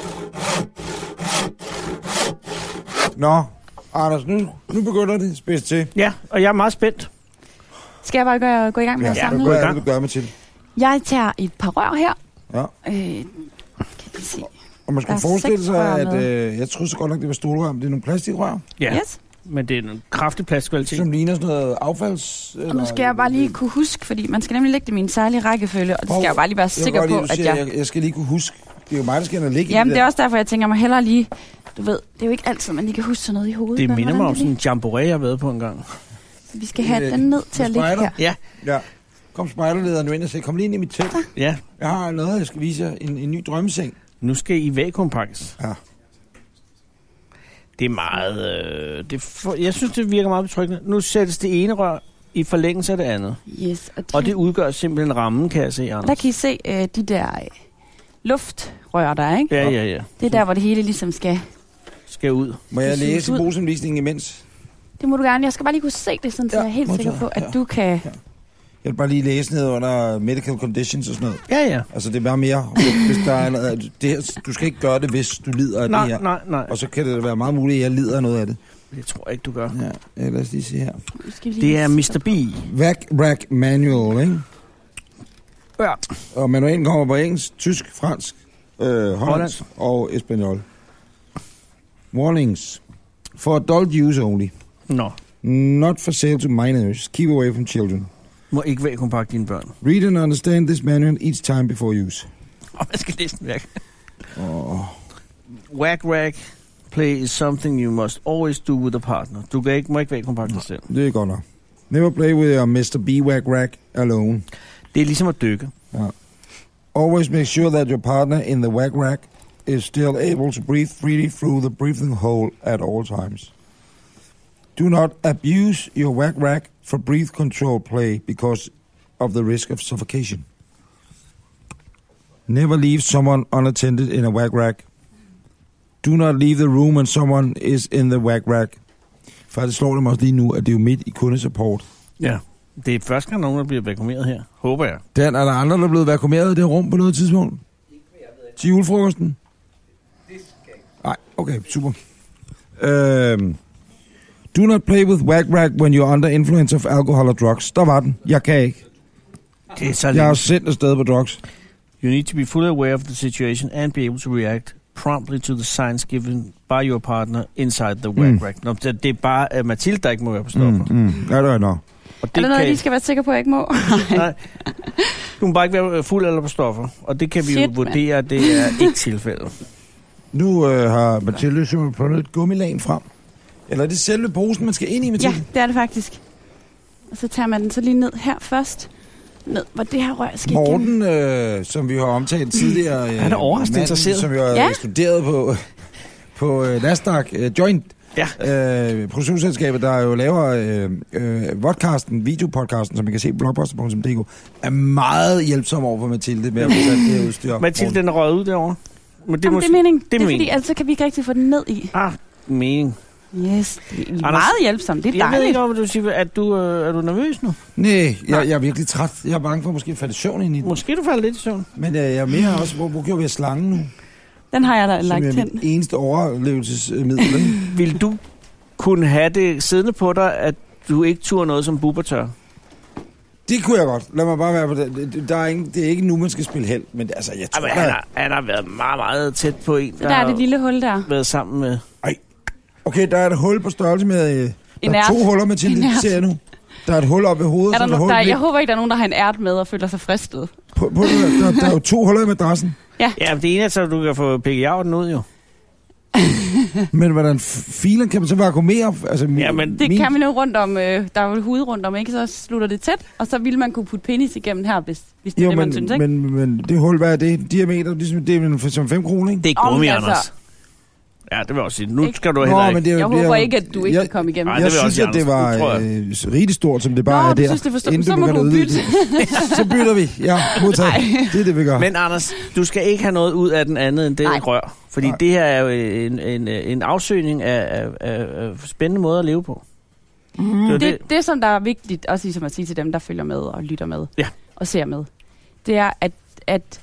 Nå, Anders, nu, nu begynder det spids til. Ja, og jeg er meget spændt. Skal jeg bare gå, gå i gang med Ja, at samle? hvad gå i er gang. det, du gør med til? Jeg tager et par rør her. Ja. Øh, kan vi se. Og man skal Der er forestille seks sig, rør at med. øh, jeg troede så godt nok, det var stålrør, men det er nogle plastikrør, Ja, Yes. men det er en kraftig plastkvalitet. som ligner sådan noget affalds... Og nu skal jeg bare lige kunne huske, fordi man skal nemlig lægge det i min særlige rækkefølge, og det skal jeg bare lige være sikker på, at jeg... jeg... Jeg skal lige kunne huske. Det er jo mig, der skal ind og ligge Jamen, i det er også derfor, jeg tænker mig hellere lige... Du ved, det er jo ikke altid, man lige kan huske sådan noget i hovedet. Det men minder hvordan mig om det sådan lige- en jamboree, jeg har været på en gang. Vi skal have Øh, den ned til at med ligge spejder? her. Ja, Ja. Kom spejderlederen nu ind og se. Kom lige ind i mit telt. ja. Jeg har noget, jeg skal vise jer. En, en ny drømmeseng. Nu skal I vakuumpakkes. Ja. Det er meget... Øh, det for, jeg synes, det virker meget betryggende. Nu sættes det ene rør i forlængelse af det andet. Yes, og, de, Og det udgør simpelthen rammen, kan jeg se, Anders. der kan I se øh, de der øh, luftrør, der er, ikke? Ja, ja, ja. Det er der, hvor det hele ligesom skal... Skal ud. Må jeg Det synes læse ud. brugsanvisningen imens? Det må du gerne. Jeg skal bare lige kunne se det, sådan, så Ja, jeg er helt sikker modtaget. på, at Ja. du kan... Jeg vil bare lige læse ned under medical conditions og sådan noget. Ja, ja. Altså, det er bare mere, hvis der er noget, det her, du skal ikke gøre det, hvis du lider af Nej, det her. nej, nej. Og så kan det være meget muligt, at jeg lider af noget af det. Det tror jeg ikke, du gør. Ja, lad os lige se her. Nu skal vi lige Det er se. mister B. Vac Rack Manual, ikke? Ja. Og manualen kommer på engelsk, tysk, fransk, øh, hollandsk Hollandsk. og espanol. Warnings. For adult use only. Nå. Not for sale to minors. Keep away from children. Må ikke vakuumpakke dine børn. Read and understand this manual each time before use. Og man skal læse den væk. Oh. Whack rack play is something you must always do with a partner. Du kan ikke, må ikke vakuumpakke dig selv. Det er godt nok. Never play with your mister B Wack Rack alone. Det er ligesom at dykke. Always make sure that your partner in the Wack Rack is still able to breathe freely through the breathing hole at all times. Do not abuse your Wack Rack for breath control play because of the risk of suffocation. Never leave someone unattended in a Wack Rack. Do not leave the room when someone is in the Wack Rack. Faktisk slår det mig også lige nu, at det er jo midt i kundesupport. Ja. Det er første gang, nogen der bliver vakuumeret her. Håber jeg. Dan, er der andre, der er blevet vakuumeret i det rum på noget tidspunkt? Til julefrokosten? Nej, okay, super. Øhm, do not play with Wack Rack when you're under influence of alcohol or drugs. Der var den. Jeg kan ikke. Det er så Jeg er lidt. sendt afsted på drugs. You need to be fully aware of the situation and be able to react promptly to the signs given by your partner inside the whack Mm. rack. Nå, det det er bare uh, Mathilde, der ikke må være på stoffer. Mm, mm. Ja, det er nok. Og Er der noget, kan, jeg lige skal være sikker på, at jeg ikke må? nej, du må bare ikke være fuld eller på stoffer. Og det kan vi Shit, jo vurdere, at det er ikke tilfældet. Nu øh, har Mathilde simpelthen fundet et gummilag frem. Eller er det selve posen, man skal ind i, Mathilde? Ja, det er det faktisk. Og så tager man den så lige ned her først. Ned, hvor det her rør skal igennem. Morten, øh, som vi har omtalt tidligere. Øh, Han er overraskende manden, interesseret. Som jo har Ja. studeret på, på øh, Nasdaq øh, Joint. Ja. Øh, produktionsselskabet, der jo laver øh, øh, vodcasten, videopodcasten, som man kan se på blogposter punktum d k, er meget hjælpsom over for Mathilde med at få sat det her udstyr. Mathilde, den er røget ud derovre. Men det, Jamen, det er meningen. Det er, meningen. fordi, ellers kan vi ikke rigtig få den ned i. Ah, mening. Yes, det er meget hjælpsomt. Det er Jeg ved dejligt. ikke, om du siger, at du, øh, er du nervøs nu? Nej, jeg, jeg er virkelig træt. Jeg er bange for at måske falde i søvn ind i den. Måske du falder lidt i søvn. Men øh, jeg er mere også, hvor, hvor gjorde vi af slangen nu? Den har jeg da Som lagt er hen. mit eneste overlevelsesmiddel. Ikke? Vil du kunne have det siddende på dig, at du ikke turer noget som bubertør? Det kunne jeg godt. Lad mig bare være på det. det, det der er ingen, det er ikke nu, man skal spille held. Men altså, jeg tror, Jamen, han, har, han har været meget, meget tæt på en, Så der er det lille hul der. været sammen med... Okay, der er et hul på størrelse med, øh, En Der er ært. to huller, Mathilde, En ært. ser jeg nu. Der er et hul op i hovedet, Er der så der er no- hul der, i jeg håber ikke, der er nogen, der har en ært med og føler sig fristet. på, på, der, der er jo to huller i madrassen. Ja, men det ene er, så du kan få pikket jorden ud, jo. Men hvordan filen kan man så vakuumere? Altså, Ja, men Det min, kan man jo rundt om, øh, der er jo hud rundt om, ikke? Så slutter det tæt, og så vil man kunne putte penis igennem her, hvis, hvis det er jo, det, men, man synes, ikke? men, men det hul, hvad er det? Diameter, ligesom, det er for som fem kroner, ikke? Det er Om, gummi, altså- Anders. Ja, det vil jeg også sige. Nu Ikke? skal du heller ikke. men det, er jo- Jeg det er håber jo- ikke, at du ikke jeg, kan komme igennem. Nej, det Jeg vil jeg synes, også at det gerne. var Det tror øh, rigtig stort, som det bare Nå, er du der. synes, det er for stort. inden Så må begynder du at udvide bytte. det. Så bytter vi. Ja, modtaget. Det er det, vi gør. Men Anders, du skal ikke have noget ud af den andet end det Nej. rør. Fordi Nej. det her er jo en, en, en afsøgning af, af, af, af spændende måder at leve på. Mm. Det, er Det, det. det, som der er vigtigt, også ligesom at sige til dem, der følger med og lytter med Ja. og ser med, det er, at, at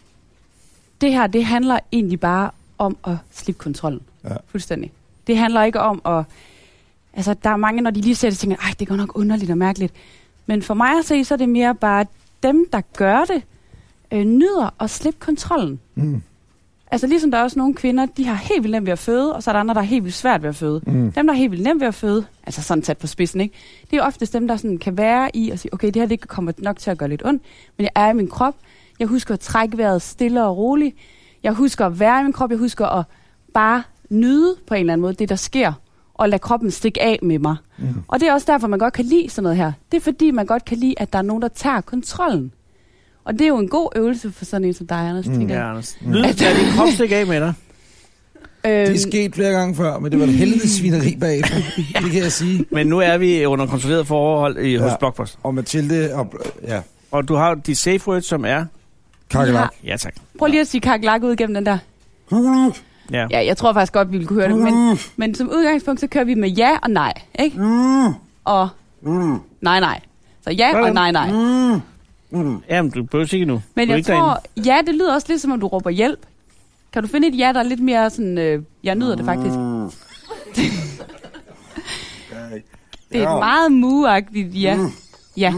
det her, det handler egentlig bare om at slippe kontrollen. Ja. Fuldstændig. Det handler ikke om at... Altså, der er mange, når de lige ser det, tænker, ej, det går nok underligt og mærkeligt. Men for mig at se, så er det mere bare dem, der gør det, øh, nyder at slippe kontrollen. Mm. Altså ligesom der er også nogle kvinder, de har helt vildt nemt ved at føde, og så er der andre, der har helt vildt svært ved at føde. Mm. Dem, der er helt vildt nemt ved at føde, altså sådan sat på spidsen, ikke? Det er jo oftest dem, der sådan kan være i og sige, okay, det her det kommer nok til at gøre lidt ondt, men jeg er i min krop. Jeg husker at trække vejret stille og roligt. Jeg husker at være i min krop. Jeg husker at bare nyde på en eller anden måde det, der sker, og lade kroppen stikke af med mig. Mm. Og det er også derfor, man godt kan lide sådan noget her. Det er fordi, man godt kan lide, at der er nogen, der tager kontrollen. Og det er jo en god øvelse for sådan en som dig, Anders, mm. tænker Ja, jeg. Anders. Lyd, er din krop stikke af med dig? Det Øhm, er sket flere gange før, men det var et helvede svineri bagefter. Det kan jeg sige. Men nu er vi under kontrolleret forhold i, hos Ja. Blockbuster. Og Mathilde og... Ja, Og du har de safe words, som er... kakelak. Ja, tak. Prøv lige at sige kakelak ud gennem den der. Ja. Ja, jeg tror faktisk godt, vi ville kunne høre det. Men, men som udgangspunkt, så kører vi med ja og nej, ikke? Og nej, nej. Så ja og nej, nej. Jamen, du behøver ikke nu. Men Du er jeg ikke derinde. tror, ja, det lyder også lidt som om du råber hjælp. Kan du finde et ja, der er lidt mere sådan, øh, jeg nyder det faktisk. Det er et meget mu-agtigt ja. Ja.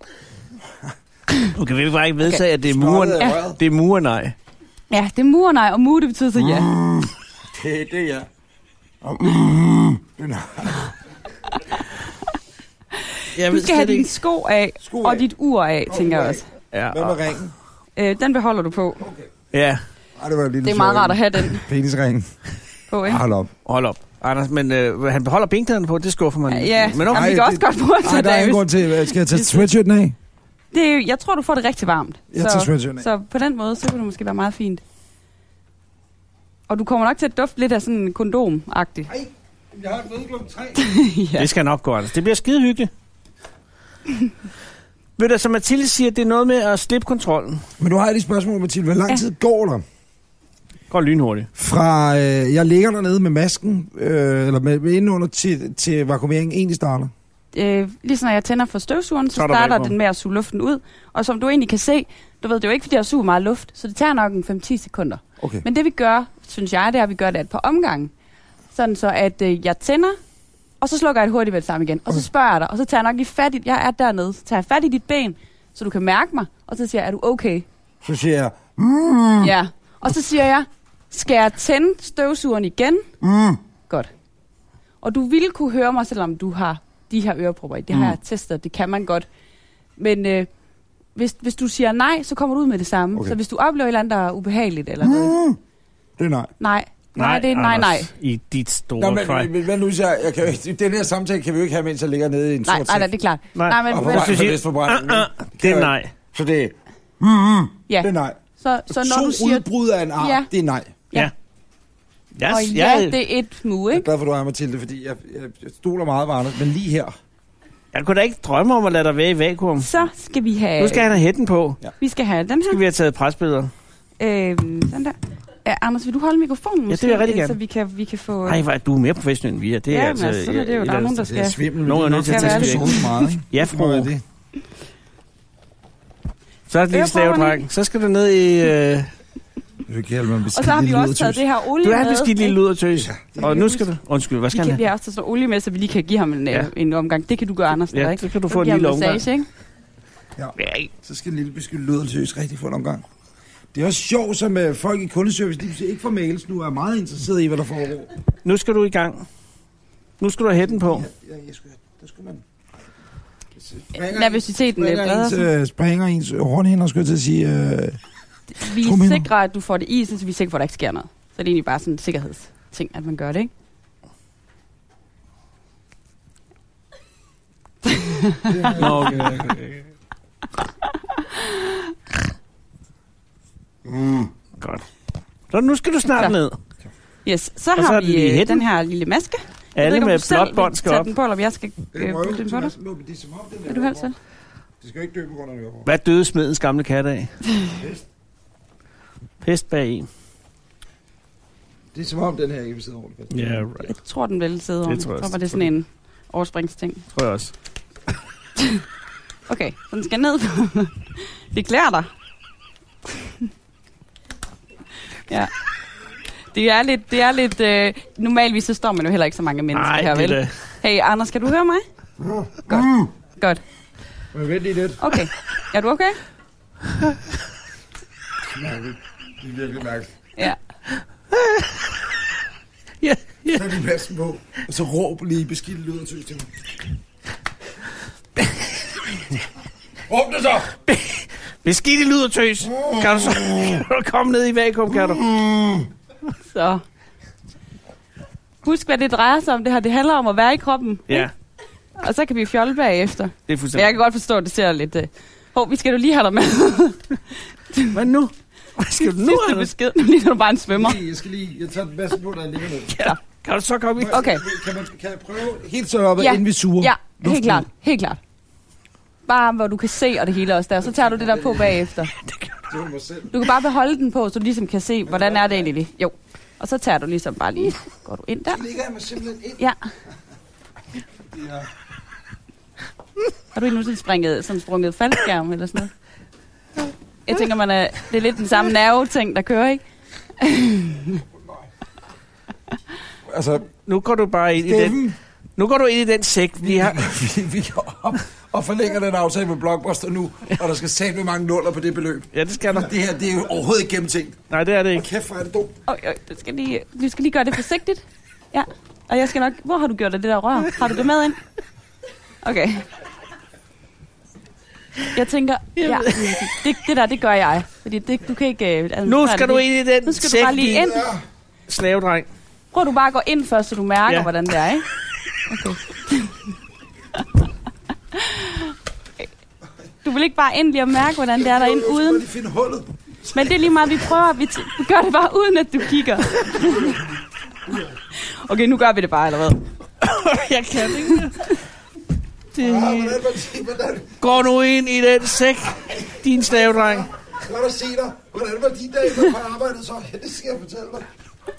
Du kan vel bare ikke vedtage, Okay. at det er muren. Snottet er Ja. røret. Det er muren, nej. Ja, det er mu og nej, og mu, det betyder så ja. Det er det, ja. Og, mm, det er nej. Jeg Du skal have dine sko af, Sko og af. dit ur af, tænker jeg også. Ja, Hvad og, med ringen? Øh, den beholder du på. ja, Ej, det var en lille Det er meget sjov rart at have den penisring. på, ikke? Hold op. hold op. Anders, men øh, han beholder benklæderne på, det skuffer mig. Ja, Men okay. Jamen, vi kan Ej, også det- godt bruge Ej, til der er ingen Davis. grund til... Skal jeg tage sweatshirten af? Det er, jo- jeg tror, du får det rigtig varmt. Jeg tager sweatshirten af. så på den måde, så kunne det måske være meget fint. Og du kommer nok til at dufte lidt af sådan kondom-agtigt. Nej, jeg har et møde klokken tre. Ja. Det skal nok gå, Anders. Det bliver skide hyggeligt. Ved du, som Mathilde siger, det er noget med at slippe kontrollen. Men nu har jeg lige et spørgsmål, Mathilde. Hvor lang Ja. tid går der? Går lynhurtigt. Fra øh, jeg ligger dernede med masken, øh, eller med, med indenunder, til, til vakuumeringen egentlig starter? Øh, ligesom når jeg tænder for støvsugeren, så, Så er der starter vakuum. den med at suge luften ud. Og som du egentlig kan se, du ved, det er jo ikke, fordi jeg suger meget luft, så det tager nok en fem til ti sekunder. Okay. Men det vi gør, synes jeg, det er, at vi gør det et par omgange. Sådan så, at øh, jeg tænder, og så slukker jeg et hurtigt ved det samme igen. Og så spørger jeg dig, og så tager jeg nok lige fat i, jeg er dernede, så tager jeg fat i dit ben, så du kan mærke mig, og så siger jeg, er du okay? Så siger jeg... Mm. Ja. Og så siger jeg, skal jeg tænde støvsugeren igen? Mm. Godt. Og du ville kunne høre mig, selvom du har de her ørepropper i. Det har Mm. jeg testet, det kan man godt. Men øh, hvis, hvis du siger nej, så kommer du ud med det samme. Okay. Så hvis du oplever et eller andet, der er ubehageligt eller noget, Mm. Det er nej. nej. Nej, det er nej, nej. Anders, i dit store Nå, men, try. men, men nu siger jeg, jeg kan, jo ikke- den her samtale kan vi jo ikke have, mens jeg ligger nede i en Nej, sort nej, nej, sæk. det er klart. Nej. Nej, men, Og på men vej Hvis du fra siger, Vestforbrændingen. ah, ah, det er nej. Så det er... Mm, ja. det er nej. Så, så når to du siger, udbrud af en art, Ja. det er nej. Ja. Jeg, og jeg, ja, det er et mu, Jeg er ikke? glad for, at du er, Mathilde, fordi jeg, jeg, jeg stoler meget på Anders, men lige her. jeg kunne da ikke drømme om at lade dig være i vakuum. Så skal vi have, Nu skal han have hætten på. vi skal have den Skal her. vi have taget presbilleder? Øhm, den der. Ja, Anders, vil du holde mikrofonen? Ja, det vil jeg rigtig måske, gerne. Så vi kan, vi kan få... Nej, hvor er du mere professionel end vi er. Det er Ja, altså... men altså, sådan er det jo. Der er nogen, der Det er skal... svimmel. Nogen er nødt til at tage så meget, ikke? Ja, Hvor er fru. det? Så er det lille Ørepropperne. slavedreng. Så skal du ned i... Øh... Vi kan kalde mig en Og så har vi jo også taget det her olie Du er med. en beskidt lille ikke? ludertøs. Ja, Og nu skal du... Undskyld, hvad Vi skal kan han vi have? har også taget sådan olie med, så vi lige kan give ham en, Ja. ja. en omgang. Det kan du gøre, Anders. Ja, ikke? så kan du Så få en giver ham lille omgang. massage, ikke? Ja. Ja, Så skal en lille beskyttet ludertøs rigtig få en omgang. Det er også sjovt, som uh, folk i kundeservice, de ikke får mails nu, er meget interesseret i, hvad der foregår. nu skal du i gang. Nu skal du have hætten på. Ja, jeg skulle, der skulle man... Nervøsiteten er Springer bedre. ens, øh, springer ens hornhinder, skulle jeg til at sige... Øh, Vi to er mener. sikre, at du får det i, så vi er sikre på, at der ikke sker noget. Så det er egentlig bare sådan en sikkerhedsting, at man gør det, ikke? Nå, okay, okay. mm. Godt. Så nu skal du snart Så. ned. Yes, så så har er det vi lige øh, hætten. den her lille maske. Jeg Alle ved ikke, om med du selv blåt bånd vil skal tage op. den på, eller om jeg skal øh, putte den på dig. Det er som om, den Vil du helst selv? Det skal ikke dø på grund af ørebord. Hvad døde smedens gamle kat af? Pest bag en. Det er som om, den her ikke vil sidde ordentligt. Ja, yeah, right. Jeg tror, den vil sidde ordentligt. tror jeg Så også. var det sådan en overspringsting. Tror jeg også. Okay, så den skal ned. Det klæder dig. Ja. Det er lidt... Det er lidt øh, normalvis så står man jo heller ikke så mange mennesker Nej, her, det er vel? det. Hey, Anders, kan du høre mig? Godt. Godt. Men vent lige lidt. Okay. Er du okay? Mærkeligt. Det er virkelig mærkeligt. Ja. Ja, ja. Så er de masken på, og så råb lige beskidt lyd og tøs til mig. Råb det så! Beskidt i lyd og tøs. Kan du så kan du komme ned i vakuum, kan du? Så. Husk, hvad det drejer sig om. Det her, det handler om at være i kroppen. Ja, Og så kan vi fjolle bagefter. det er Men fuldstændig. jeg kan godt forstå, at det ser lidt... Øh... Hov, vi skal du lige have dig med. Men nu? Hvad skal du nu? Sidste Anders? besked. Nu ligner du bare en svømmer. Jeg skal lige, jeg tager den bedste på, der ligger ned. Ja. Kan du så komme i? Okay. Kan, man, kan jeg prøve helt så op, Ja. inden vi suger? Ja, Luften helt klart. ud? Helt klart. Bare hvor du kan se, og det hele også der. Så tager du det der på bagefter. Det var mig selv. Du kan bare beholde den på, så du ligesom kan se, hvordan er det egentlig. Jo. Og så tager du ligesom bare lige... Går du ind der? Så ligger jeg mig simpelthen ind. Ja. Ja. Har du ikke nogensinde springet, sådan sprunget faldskærm eller sådan noget? Jeg tænker, man er, det er lidt den samme nerve-ting, der kører, ikke? Altså, Nu går du bare ind i den. Steffen, Nu går du ind i den sæk, vi har. vi, vi går op og forlænger den aftale med Blockbuster nu, og der skal sætte med mange nuller på det beløb. Ja, det skal der. Det her, det er jo overhovedet ikke gennemtænkt. Nej, det er det Og ikke. kæft, hvor er det dumt. Øj, øj, du skal lige, du skal lige gøre det forsigtigt. Ja. Og jeg skal nok... Hvor har du gjort af det der rør? Har du det med ind? Okay. Jeg tænker... Ja, det, det der, det gør jeg. Fordi det, du kan ikke... Uh, Nu skal du ind i den Nu skal sæk, du bare lige din ind. slavedreng. Prøv du bare at gå ind først, så du mærker, Ja. ja. hvordan det er, ikke? Okay. Du vil ikke bare ind lige at mærke, hvordan det er derinde Jeg uden. skal lige finde hullet. Men det er lige meget, vi prøver. Vi, t- vi gør det bare uden, at du kigger. Okay, nu gør vi det bare, eller hvad? Jeg kan det ikke. Ah, hvordan, hvordan, hvordan, Gå nu ind i den sæk, din slavedreng. godt at se dig. Hvordan var de dage på arbejdet så? Ja, det skal jeg fortælle dig.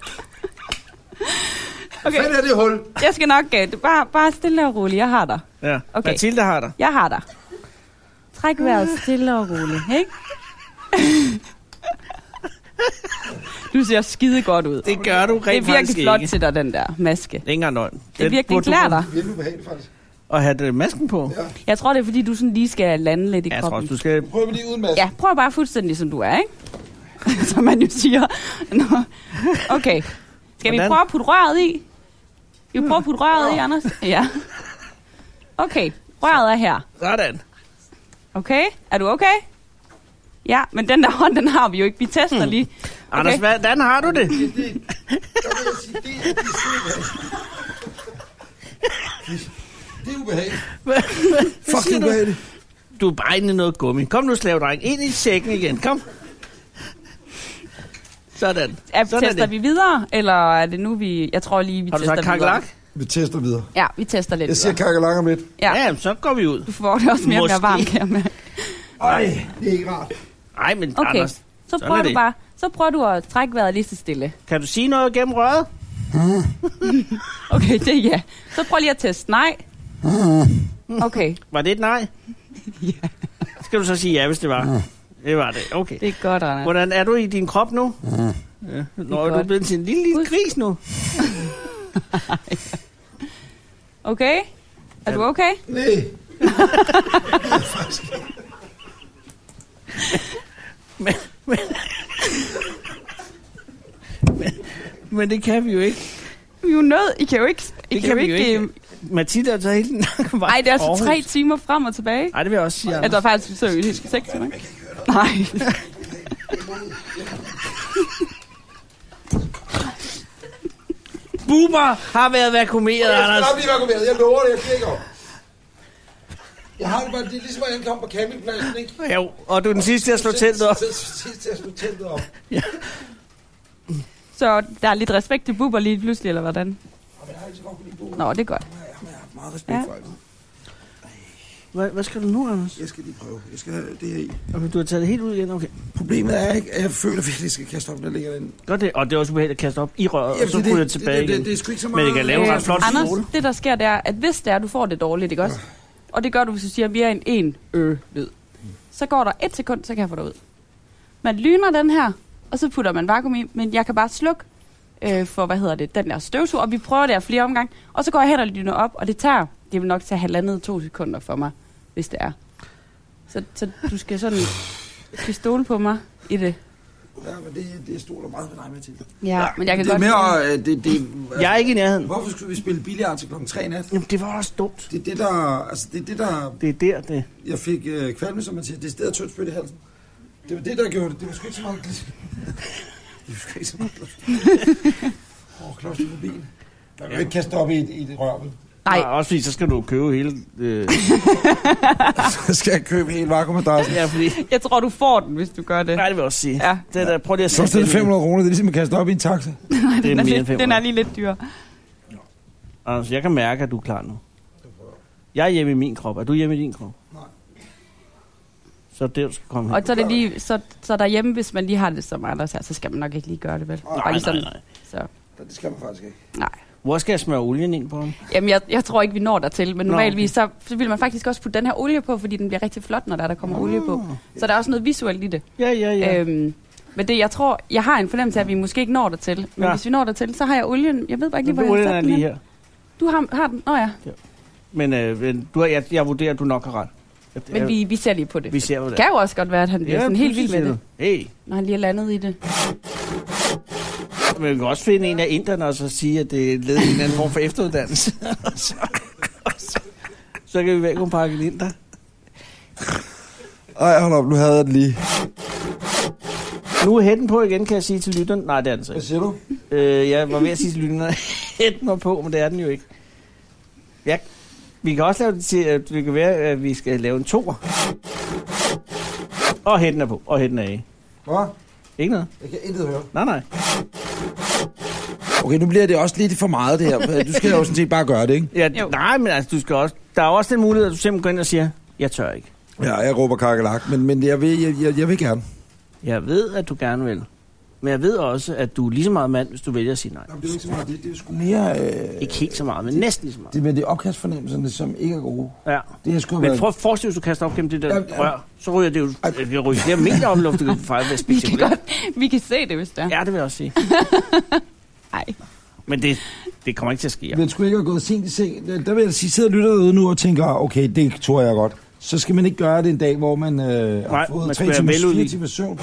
Okay, Hvad er det hul? jeg skal nok... uh, det- Bare, bare stille og roligt. Jeg har dig. Ja, Okay. Mathilde har dig. Jeg har dig. Træk vejret stille og roligt, ikke? Du ser skide godt ud. Det gør du Det er rent faktisk virkelig flot ikke. til dig, den der maske. Det er ikke engang løgn. Det er Den virkelig burde du klæder dig. Det er ubehageligt, faktisk. at have det masken på. Ja. Jeg tror, det er, fordi du sådan lige skal lande lidt i Ja, jeg tror kroppen. også, du skal... Prøv lige uden maske. Ja, prøv bare fuldstændig, som du er, ikke? Som man jo siger. Nå. Okay. Skal vi Hvordan? prøve at putte røret i? Skal vi prøve at putte røret i, Anders? Ja. Okay, røret er her. Sådan. Okay, er du okay? Ja, men den der hånd, den har vi jo ikke. Vi tester Hmm. lige. Anders, Okay. hvordan har du det? Det, det, der vil jeg sige, det, er- det, er det er ubehageligt. Fuck, det er ubehageligt. Du er bare inde i noget gummi. Kom nu, slavedreng. Ind i sækken igen. Kom. Sådan. Er, Sådan er tester det. vi videre, eller er det nu, vi... Jeg tror lige, vi Har du tester sagt videre. kakelak? Vi tester videre. Ja, vi tester lidt Jeg siger videre. kakelak om lidt. Ja, Ja, så går vi ud. du får det også mere og mere Måske. varmt, kan jeg mærke. Ej, det er ikke rart. Nej, men Okay, Anders, så sådan prøver er du det. bare... Så prøver du at trække vejret lige så stille. kan du sige noget gennem røret? Okay, det er ja. Så prøv lige at teste nej. Okay, Var det et nej? Ja. Skal du så sige ja, hvis det var? Det var det. Okay. det er godt, Anders. Hvordan er du i din krop nu? Ja. Nå, er du godt. blevet til en lille, lille Husk- gris nu? Okay? Er du okay? Nej. Men, men, men, men det kan vi jo ikke. Vi er jo nødt. I kan jo ikke... Det kan vi jo ikke. Mathilde har taget hele den lange vej. Nej, det er altså Aarhus. tre timer frem og tilbage. Nej, det vil jeg også sige, Anders. Altså faktisk så helt seks timer. Nej. Boomer har været vakuumeret, Anders. Jeg skal blive vakuumeret, jeg lover det, jeg klikker. Jeg har det bare, det er ligesom, at jeg kom på campingpladsen, ikke? Jo, og du er den sidste, jeg slår teltet op. Sidste, jeg slår teltet op. Ja. Så der er lidt respekt til Bubber lige pludselig, eller hvordan? Nå, det er godt. Jeg har meget respekt for det. Hvad, hvad skal du nu, Anders? Jeg skal lige prøve. Jeg skal have det her i. Okay, du har taget det helt ud igen, okay. Problemet er ikke, at jeg føler virkelig, at jeg skal kaste op, der ligger den. Godt det, og det er også ubehageligt at kaste op i røret, Ja, og så det- ryger jeg det- tilbage det- det- igen. det er sgu ikke så Men det kan meget- lave en ret Øh, flot Anders, skole. det der sker, det er, at hvis det er, du får det dårligt, ikke også? Og det gør du, hvis du siger mere end en ø-lyd. Så går der et sekund, så kan jeg få dig ud. Man lyner den her, og så putter man vakuum i, men jeg kan bare slukke øh, for, hvad hedder det, den der støvsug, og vi prøver det her flere omgange, og så går jeg hen og lyner op, og det tager, det vil nok tage halvandet to sekunder for mig, hvis det er. Så, så du skal sådan, du skal stole på mig i det. Ja, men det, det stoler meget på dig med til. Ja, men jeg kan det er godt... mere, øh, det, det, Jeg er ikke i nærheden. Hvorfor skulle vi spille billard til klokken tre i nat? Jamen, det var også dumt. Det er det, der... Altså, det er det, der... Det er der, det. Jeg fik øh, kvalme, som man siger. Det er stedet tyndt spyt i halsen. Det var det, der gjorde det. Det var sgu ikke så meget glis. Det var sgu ikke så meget klaustrofobi. Åh, oh, klaustrofobi. Man kan jo ikke kaste op i et, i et rør, vel? Nej. Nej, Også fordi, så skal du købe hele... Øh... Så skal jeg købe hele vakuumadressen. ja, fordi... jeg tror, du får den, hvis du gør det. Nej, det vil jeg også sige. Ja. Det der, prøv lige at Så sætte koster det den- fem hundrede kroner. Det er ligesom at kaste op i en taxa. Det er Den er, mere end lidt, fem den er hundrede. lige lidt dyr. Anders, jeg kan mærke, at du er klar nu. Jeg er hjemme i min krop. Er du hjemme i din krop? Nej. Så er det, du skal komme Og hen. så er det lige, så, så derhjemme, hvis man lige har det som Anders her, så skal man nok ikke lige gøre det, vel? Bare Nej, lige nej, sådan, nej. Så, Det skal man faktisk ikke. nej. Hvor skal jeg smøre olien ind på ham? Jamen, jeg, jeg tror ikke, vi når dertil, men Nå, normalvis, så, så vil man faktisk også putte den her olie på, fordi den bliver rigtig flot, når der, der kommer olie på. Så der er også noget visuelt i det. Ja, ja, ja. Øhm, men det, jeg tror, jeg har en fornemmelse af, at vi måske ikke når dertil. Men Ja. hvis vi når dertil, så har jeg olien. Jeg ved bare ikke lige, Men hvor jeg olien har er sat den lige hen. her. Du har, har den? Nå ja. Men øh, men du, har- jeg, jeg vurderer, at du nok har ret. Jeg, Men vi, vi ser lige på det. vi ser, hvad Det det kan jo også godt være, at han bliver sådan helt vild med det, Hey. når han lige er landet i det. Men vi kan også finde en af inderne og så sige, at det er led i en eller anden form for efteruddannelse. så, så, så kan vi væk om pakke ind der. Ej, hold op. Nu havde jeg den lige. Nu er hætten på igen, kan jeg sige til lytteren. Nej, det er den så Hvad ikke. siger du? Øh, jeg var ved at sige til lytteren, at hætten var på, men det er den jo ikke. Ja, vi kan også lave det til, at det kan være, at vi skal lave en toer. Og hætten er på, og hætten er af. Hvad? Ikke noget? Jeg kan intet høre. Nej, nej. Okay, nu bliver det også lidt for meget, det her. Du skal jo sådan set bare gøre det, ikke? Ja, Jo. nej, men altså, du skal også... Der er også den mulighed, at du simpelthen går ind og siger, jeg tør ikke. Ja, jeg råber kakelak, men, men jeg, vil, jeg, jeg, jeg vil gerne. Jeg ved, at du gerne vil. Men jeg ved også, at du er lige så meget mand, hvis du vælger at sige nej. Jamen, det er jo ikke så meget. Det, det er jo sgu mere... Øh, Ikke helt så meget, men næsten lige så meget. det, men det er opkastfornemmelserne, som ikke er gode. Ja. Det er sgu Men været... prøv at forestille, hvis du kaster op gennem det der Ja, ja. rør, så ryger det jo det kan ryge flere meter om luft, det kan faktisk være Vi kan spektakulært. godt, vi kan se det, hvis det er. Ja, det vil jeg også sige. Ej. Men det, det kommer ikke til at ske. Men skulle ikke have gået sent i seng. Der vil jeg sige, sidder og lytter derude nu og tænker, okay, det tror jeg godt. Så skal man ikke gøre det en dag, hvor man øh, har Nej, fået man tre skal være timers, fire veludhvilet. timers søvn.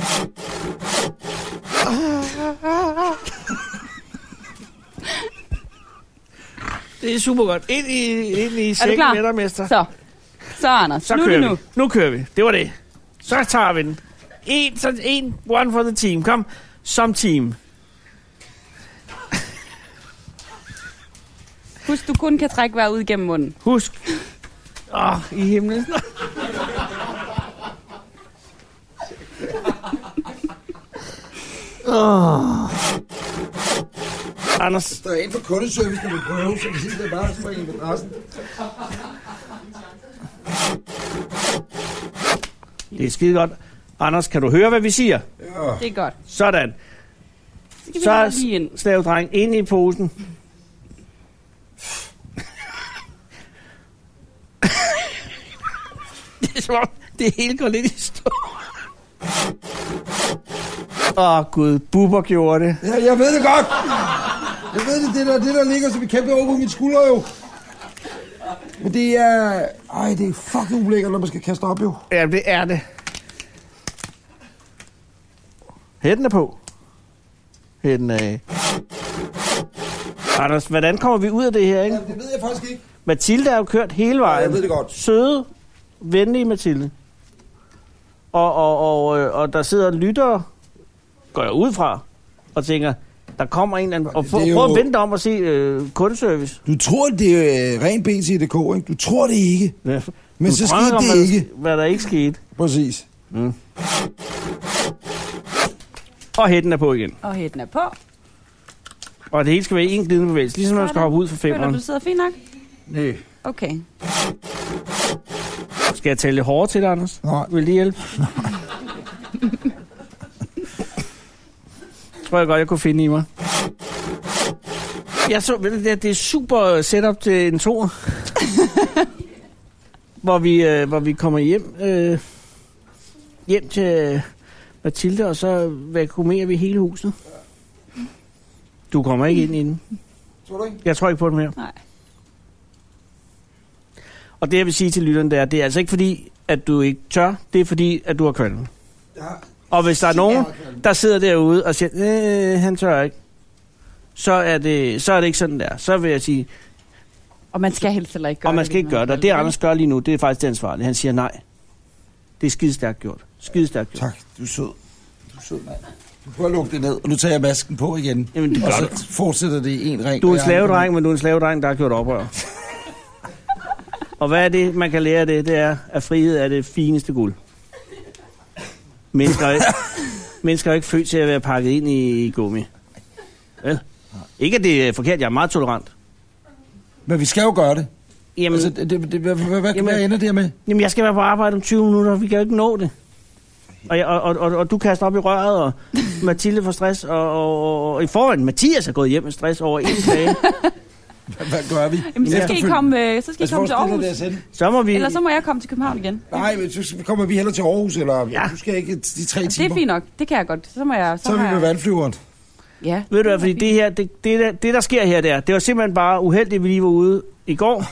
Det er super godt. Ind i, ind i Er du sækken klar? med dig, mester. Så. Så, Anders. Så nu er kører det vi. nu. Nu kører vi. Det var det. Så tager vi den. En, så en, one for the team. Kom, som team. Husk, du kun kan trække vejret ud gennem munden. Husk. Åh, oh, i himlen. oh. Anders, Der er en for kundeservice, der vil prøve, så vi det er bare for en adressen. det er skide godt. Anders, kan du høre, hvad vi siger? Ja. Det er godt. Sådan. Så kan vi Så så lige ind. er slavdreng ind i posen. Det er som om, det hele går lidt i stå. Åh oh, gud, Bubber gjorde det. Ja, jeg ved det godt. Jeg ved det, det der, det der ligger som et kæmpe over på min skulder jo. Men det er... Ej, det er fucking ulækkert, når man skal kaste op jo. Ja, det er det. Hætten er på. Hætten er af. Anders, hvordan kommer vi ud af det her, ikke? Ja, det ved jeg faktisk ikke. Mathilde er jo kørt hele vejen. Ja, jeg ved det godt. Søde, venlige Mathilde. Og, og, og, og der sidder lyttere, går jeg ud fra, og tænker, der kommer en eller anden... Og prøv jo... at vente om at se øh, kundeservice. Du tror, det er ren B T punktum d k, ikke? Du tror det ikke. Ja. Men Du så drømmer skete om, det hvad ikke. Der, hvad der ikke skete. Præcis. Mm. Og hætten er på igen. Og hætten er på. Og det hele skal være en glidende bevægelse, ligesom man skal hoppe ud for Føler femeren. du sidder fint nok? Nej. Okay. Skal jeg tale lidt hårdere til dig, Anders? Nej. Vil det hjælpe? Tror jeg godt, jeg kunne finde i mig. Jeg så, det, det er super setup til en toer. hvor, vi, øh, hvor vi kommer hjem, øh, hjem til Mathilde, og så vakuumerer vi hele huset. Du kommer ikke ind i den. Tror du ikke? Jeg tror ikke på det mere. Nej. Og det, jeg vil sige til lytteren, det er, det er altså ikke fordi, at du ikke tør. Det er fordi, at du har kvalme. Ja. Og hvis der er nogen, der sidder derude og siger, øh, han tør ikke, så er, det, så er det ikke sådan der. Så vil jeg sige, Og man skal helst heller ikke gøre og man det, skal ikke gøre det. Og det, Anders gør lige nu, det er faktisk det ansvarlige. Han siger nej. Det er skidestærkt gjort. Skidestærkt gjort. Tak, du er sød. Du er sød, mand. Du prøver at lukke det ned, og nu tager jeg masken på igen. Jamen, det gør og så fortsætter det i en ring. Du er en og jeg- slavedreng, men du er en slavedreng, der har gjort oprør. Og hvad er det, man kan lære af det? Det er, at frihed er det fineste guld. Mennesker er, mennesker er ikke født til at være pakket ind i gummi. Vel? Ikke, at det er forkert. Jeg er meget tolerant. Men vi skal jo gøre det. Jamen, Altså, det, det, det, hvad, hvad, hvad, Jamen- hvad ender det her med? jamen, jeg skal være på arbejde om tyve minutter. Vi kan jo ikke nå det. Og, jeg, og, og, og, og du kaster op i røret, og Mathilde får stress. Og, og, og, og i forvejen, Mathias er gået hjem med stress over en dag. Hvad, hvad gør vi? Jamen, så skal I Efterfølgende? komme, øh, så skal I Altså, komme hvor til stiller Aarhus. det os hen? Så må vi... Eller så må jeg komme til København igen. Nej, men så kommer vi hellere til Aarhus, eller Ja. du skal ikke de tre Det timer. er fint nok. Det kan jeg godt. Så må jeg... Så er har vi med jeg... vandflyveren. Ja. Ved du hvad, fordi det her, det, det, der, det der sker her, der, det var simpelthen bare uheldigt, at vi lige var ude i går.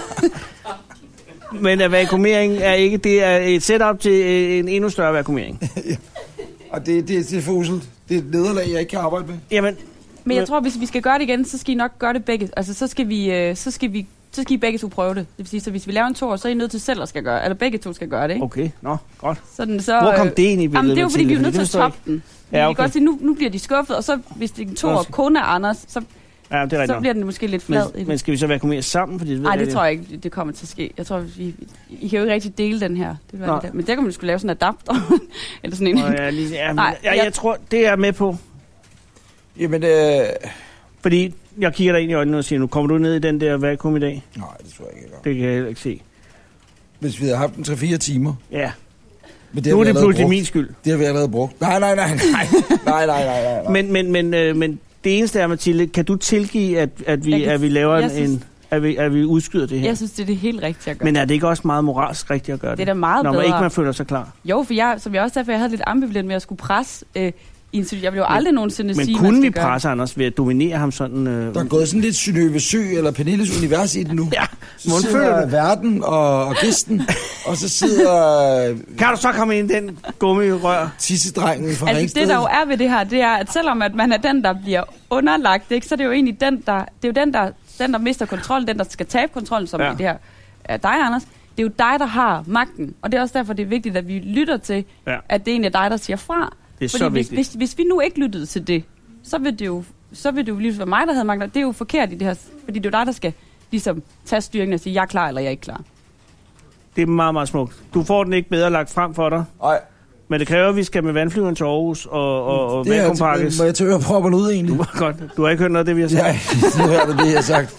Men vakuumering er ikke, det er et setup til en endnu større vakuumering. Og det, det, det er for uselt. Det er et nederlag, jeg ikke kan arbejde med. Jamen, Men jeg tror, hvis vi skal gøre det igen, så skal I nok gøre det begge. Altså, så skal vi, øh, så skal vi, så skal I begge to prøve det. Det vil sige, så hvis vi laver en toer, så er I nødt til selv at skal gøre, eller begge to skal gøre det, ikke? okay, nå, godt. Sådan, så, Hvor kom øh, det ind i billedet? Jamen, det er jo fordi, vi er Mathilde? nødt til Det at forstår jeg toppe den. Ja, Ja, okay. okay. Vi kan godt sige, nu, nu bliver de skuffet, og så hvis det er en toer Nå, kun er Anders, så, ikke. Ja, det er så rigtigt. bliver den måske lidt flad. Men, men skal vi så vakuumere sammen? Fordi det ved Nej, jeg det ikke. tror jeg ikke, det kommer til at ske. Jeg tror, vi, I kan jo ikke rigtig dele den her. Det Nå. var det der. Men der kan man skulle lave sådan en adapter. Eller sådan en. Nå, ja, lige, ja, men, Nej, jeg, jeg- jeg tror, det er jeg med på. Jamen, øh... Fordi jeg kigger dig ind i øjnene og siger, nu kommer du ned i den der vakuum i dag? Nej, det tror jeg ikke, jeg gør. Det kan jeg heller ikke se. Hvis vi havde haft en tre fire timer. Ja, Men nu har er vi det allerede pludselig brugt. min skyld. Det har vi allerede brugt. Nej, nej, nej, nej. nej, nej, nej, nej, nej. Men, men, men, øh, men det eneste er, Mathilde, kan du tilgive, at, at, vi, Jeg kan- at vi laver en, jeg synes- en at, vi, at vi udskyder det her? Jeg synes, det er det helt rigtige at gøre. Men er det ikke også meget moralsk rigtigt at gøre det? Det er da meget Når man bedre. ikke man føler sig klar. Jo, for jeg, som jeg også derfor, jeg havde lidt ambivalent med at skulle presse øh, i en situation. Jeg ville jo aldrig nogensinde Men sige, kunne man vi skal gøre. presse Anders ved at dominere ham sådan? Øh, Der er gået sådan lidt Synøve Sø eller Pernilles univers i den nu. Ja, Så hvordan føler sidder du? verden og, og gæsten, og så sidder Kan du så komme ind i den gummirør? tissedrengen fra Altså Ringsted. det, der jo er ved det her, det er, at selvom at man er den, der bliver underlagt, ikke, så er det jo egentlig den, der, det er jo den, der, den, der mister kontrol, den, der skal tabe kontrollen, som Ja. ja. i det her er dig, Anders. Det er jo dig, der har magten. Og det er også derfor, det er vigtigt, at vi lytter til, Ja. at det egentlig er dig, der siger fra. Det er Fordi så hvis, vigtigt. hvis, hvis vi nu ikke lyttede til det, så vil det jo, så vil det jo lige være mig, der havde magten. Det er jo forkert i det her, fordi det er jo dig, der skal ligesom tage styringen og sige, jeg er klar, eller jeg er ikke klar. Det er meget, meget smukt. Du får den ikke bedre lagt frem for dig. Nej, Men det kræver, at vi skal med vandflyveren til Aarhus og, og, og det er vakuumpakkes. altså, må jeg tage ørepropperne ud egentlig? Du har godt. Du har ikke hørt noget af det, vi har sagt. Ja, det er det, jeg har sagt.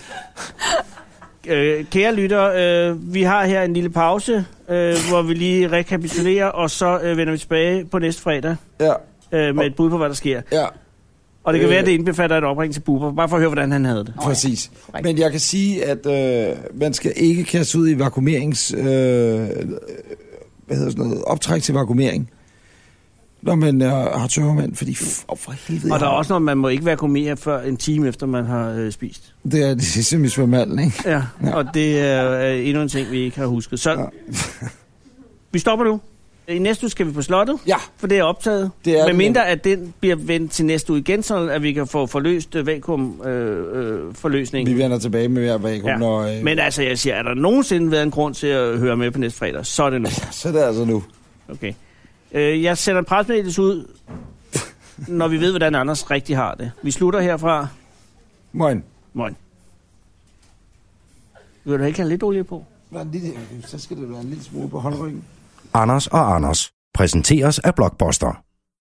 Øh, kære lytter, øh, vi har her en lille pause, øh, hvor vi lige rekapitulerer, og så øh, vender vi tilbage på næste fredag Ja, øh, med et bud på, hvad der sker. ja, Og det kan Øh. være, at det indbefatter et opring til Bubber, bare for at høre, hvordan han havde det. præcis. korrekt. Men jeg kan sige, at øh, man skal ikke kaste ud i vakuumerings... Øh, hvad hedder sådan noget? Optræk til vakuumering. Når man øh, har tørremand, fordi f- oh, for helvede... Og der er jeg har- også noget, man må ikke vakuumere før en time efter, man har øh, spist. Det er det sidste med svømmehallen, ikke? Ja, Ja. og det er øh, endnu en ting, vi ikke har husket. Så Ja. vi stopper nu. I næste uge skal vi på slottet, Ja. for det er optaget. Det er Med det mindre, at den bliver vendt til næste uge igen, så at vi kan få forløst øh, vakuum-forløsningen. Vi vender tilbage med hver vakuum, Ja. når... Øh... Men altså, jeg siger, er der nogensinde været en grund til at høre med på næste fredag, så er det nu. Så er det altså nu. Okay. Øh, jeg sender en pressemeddelelse ud, når vi ved, hvordan Anders rigtig har det. Vi slutter herfra. Moin. Moin. Vil du ikke have lidt olie på? Så skal det være en lille smule på håndryggen. Anders og Anders præsenteres af Blockbuster.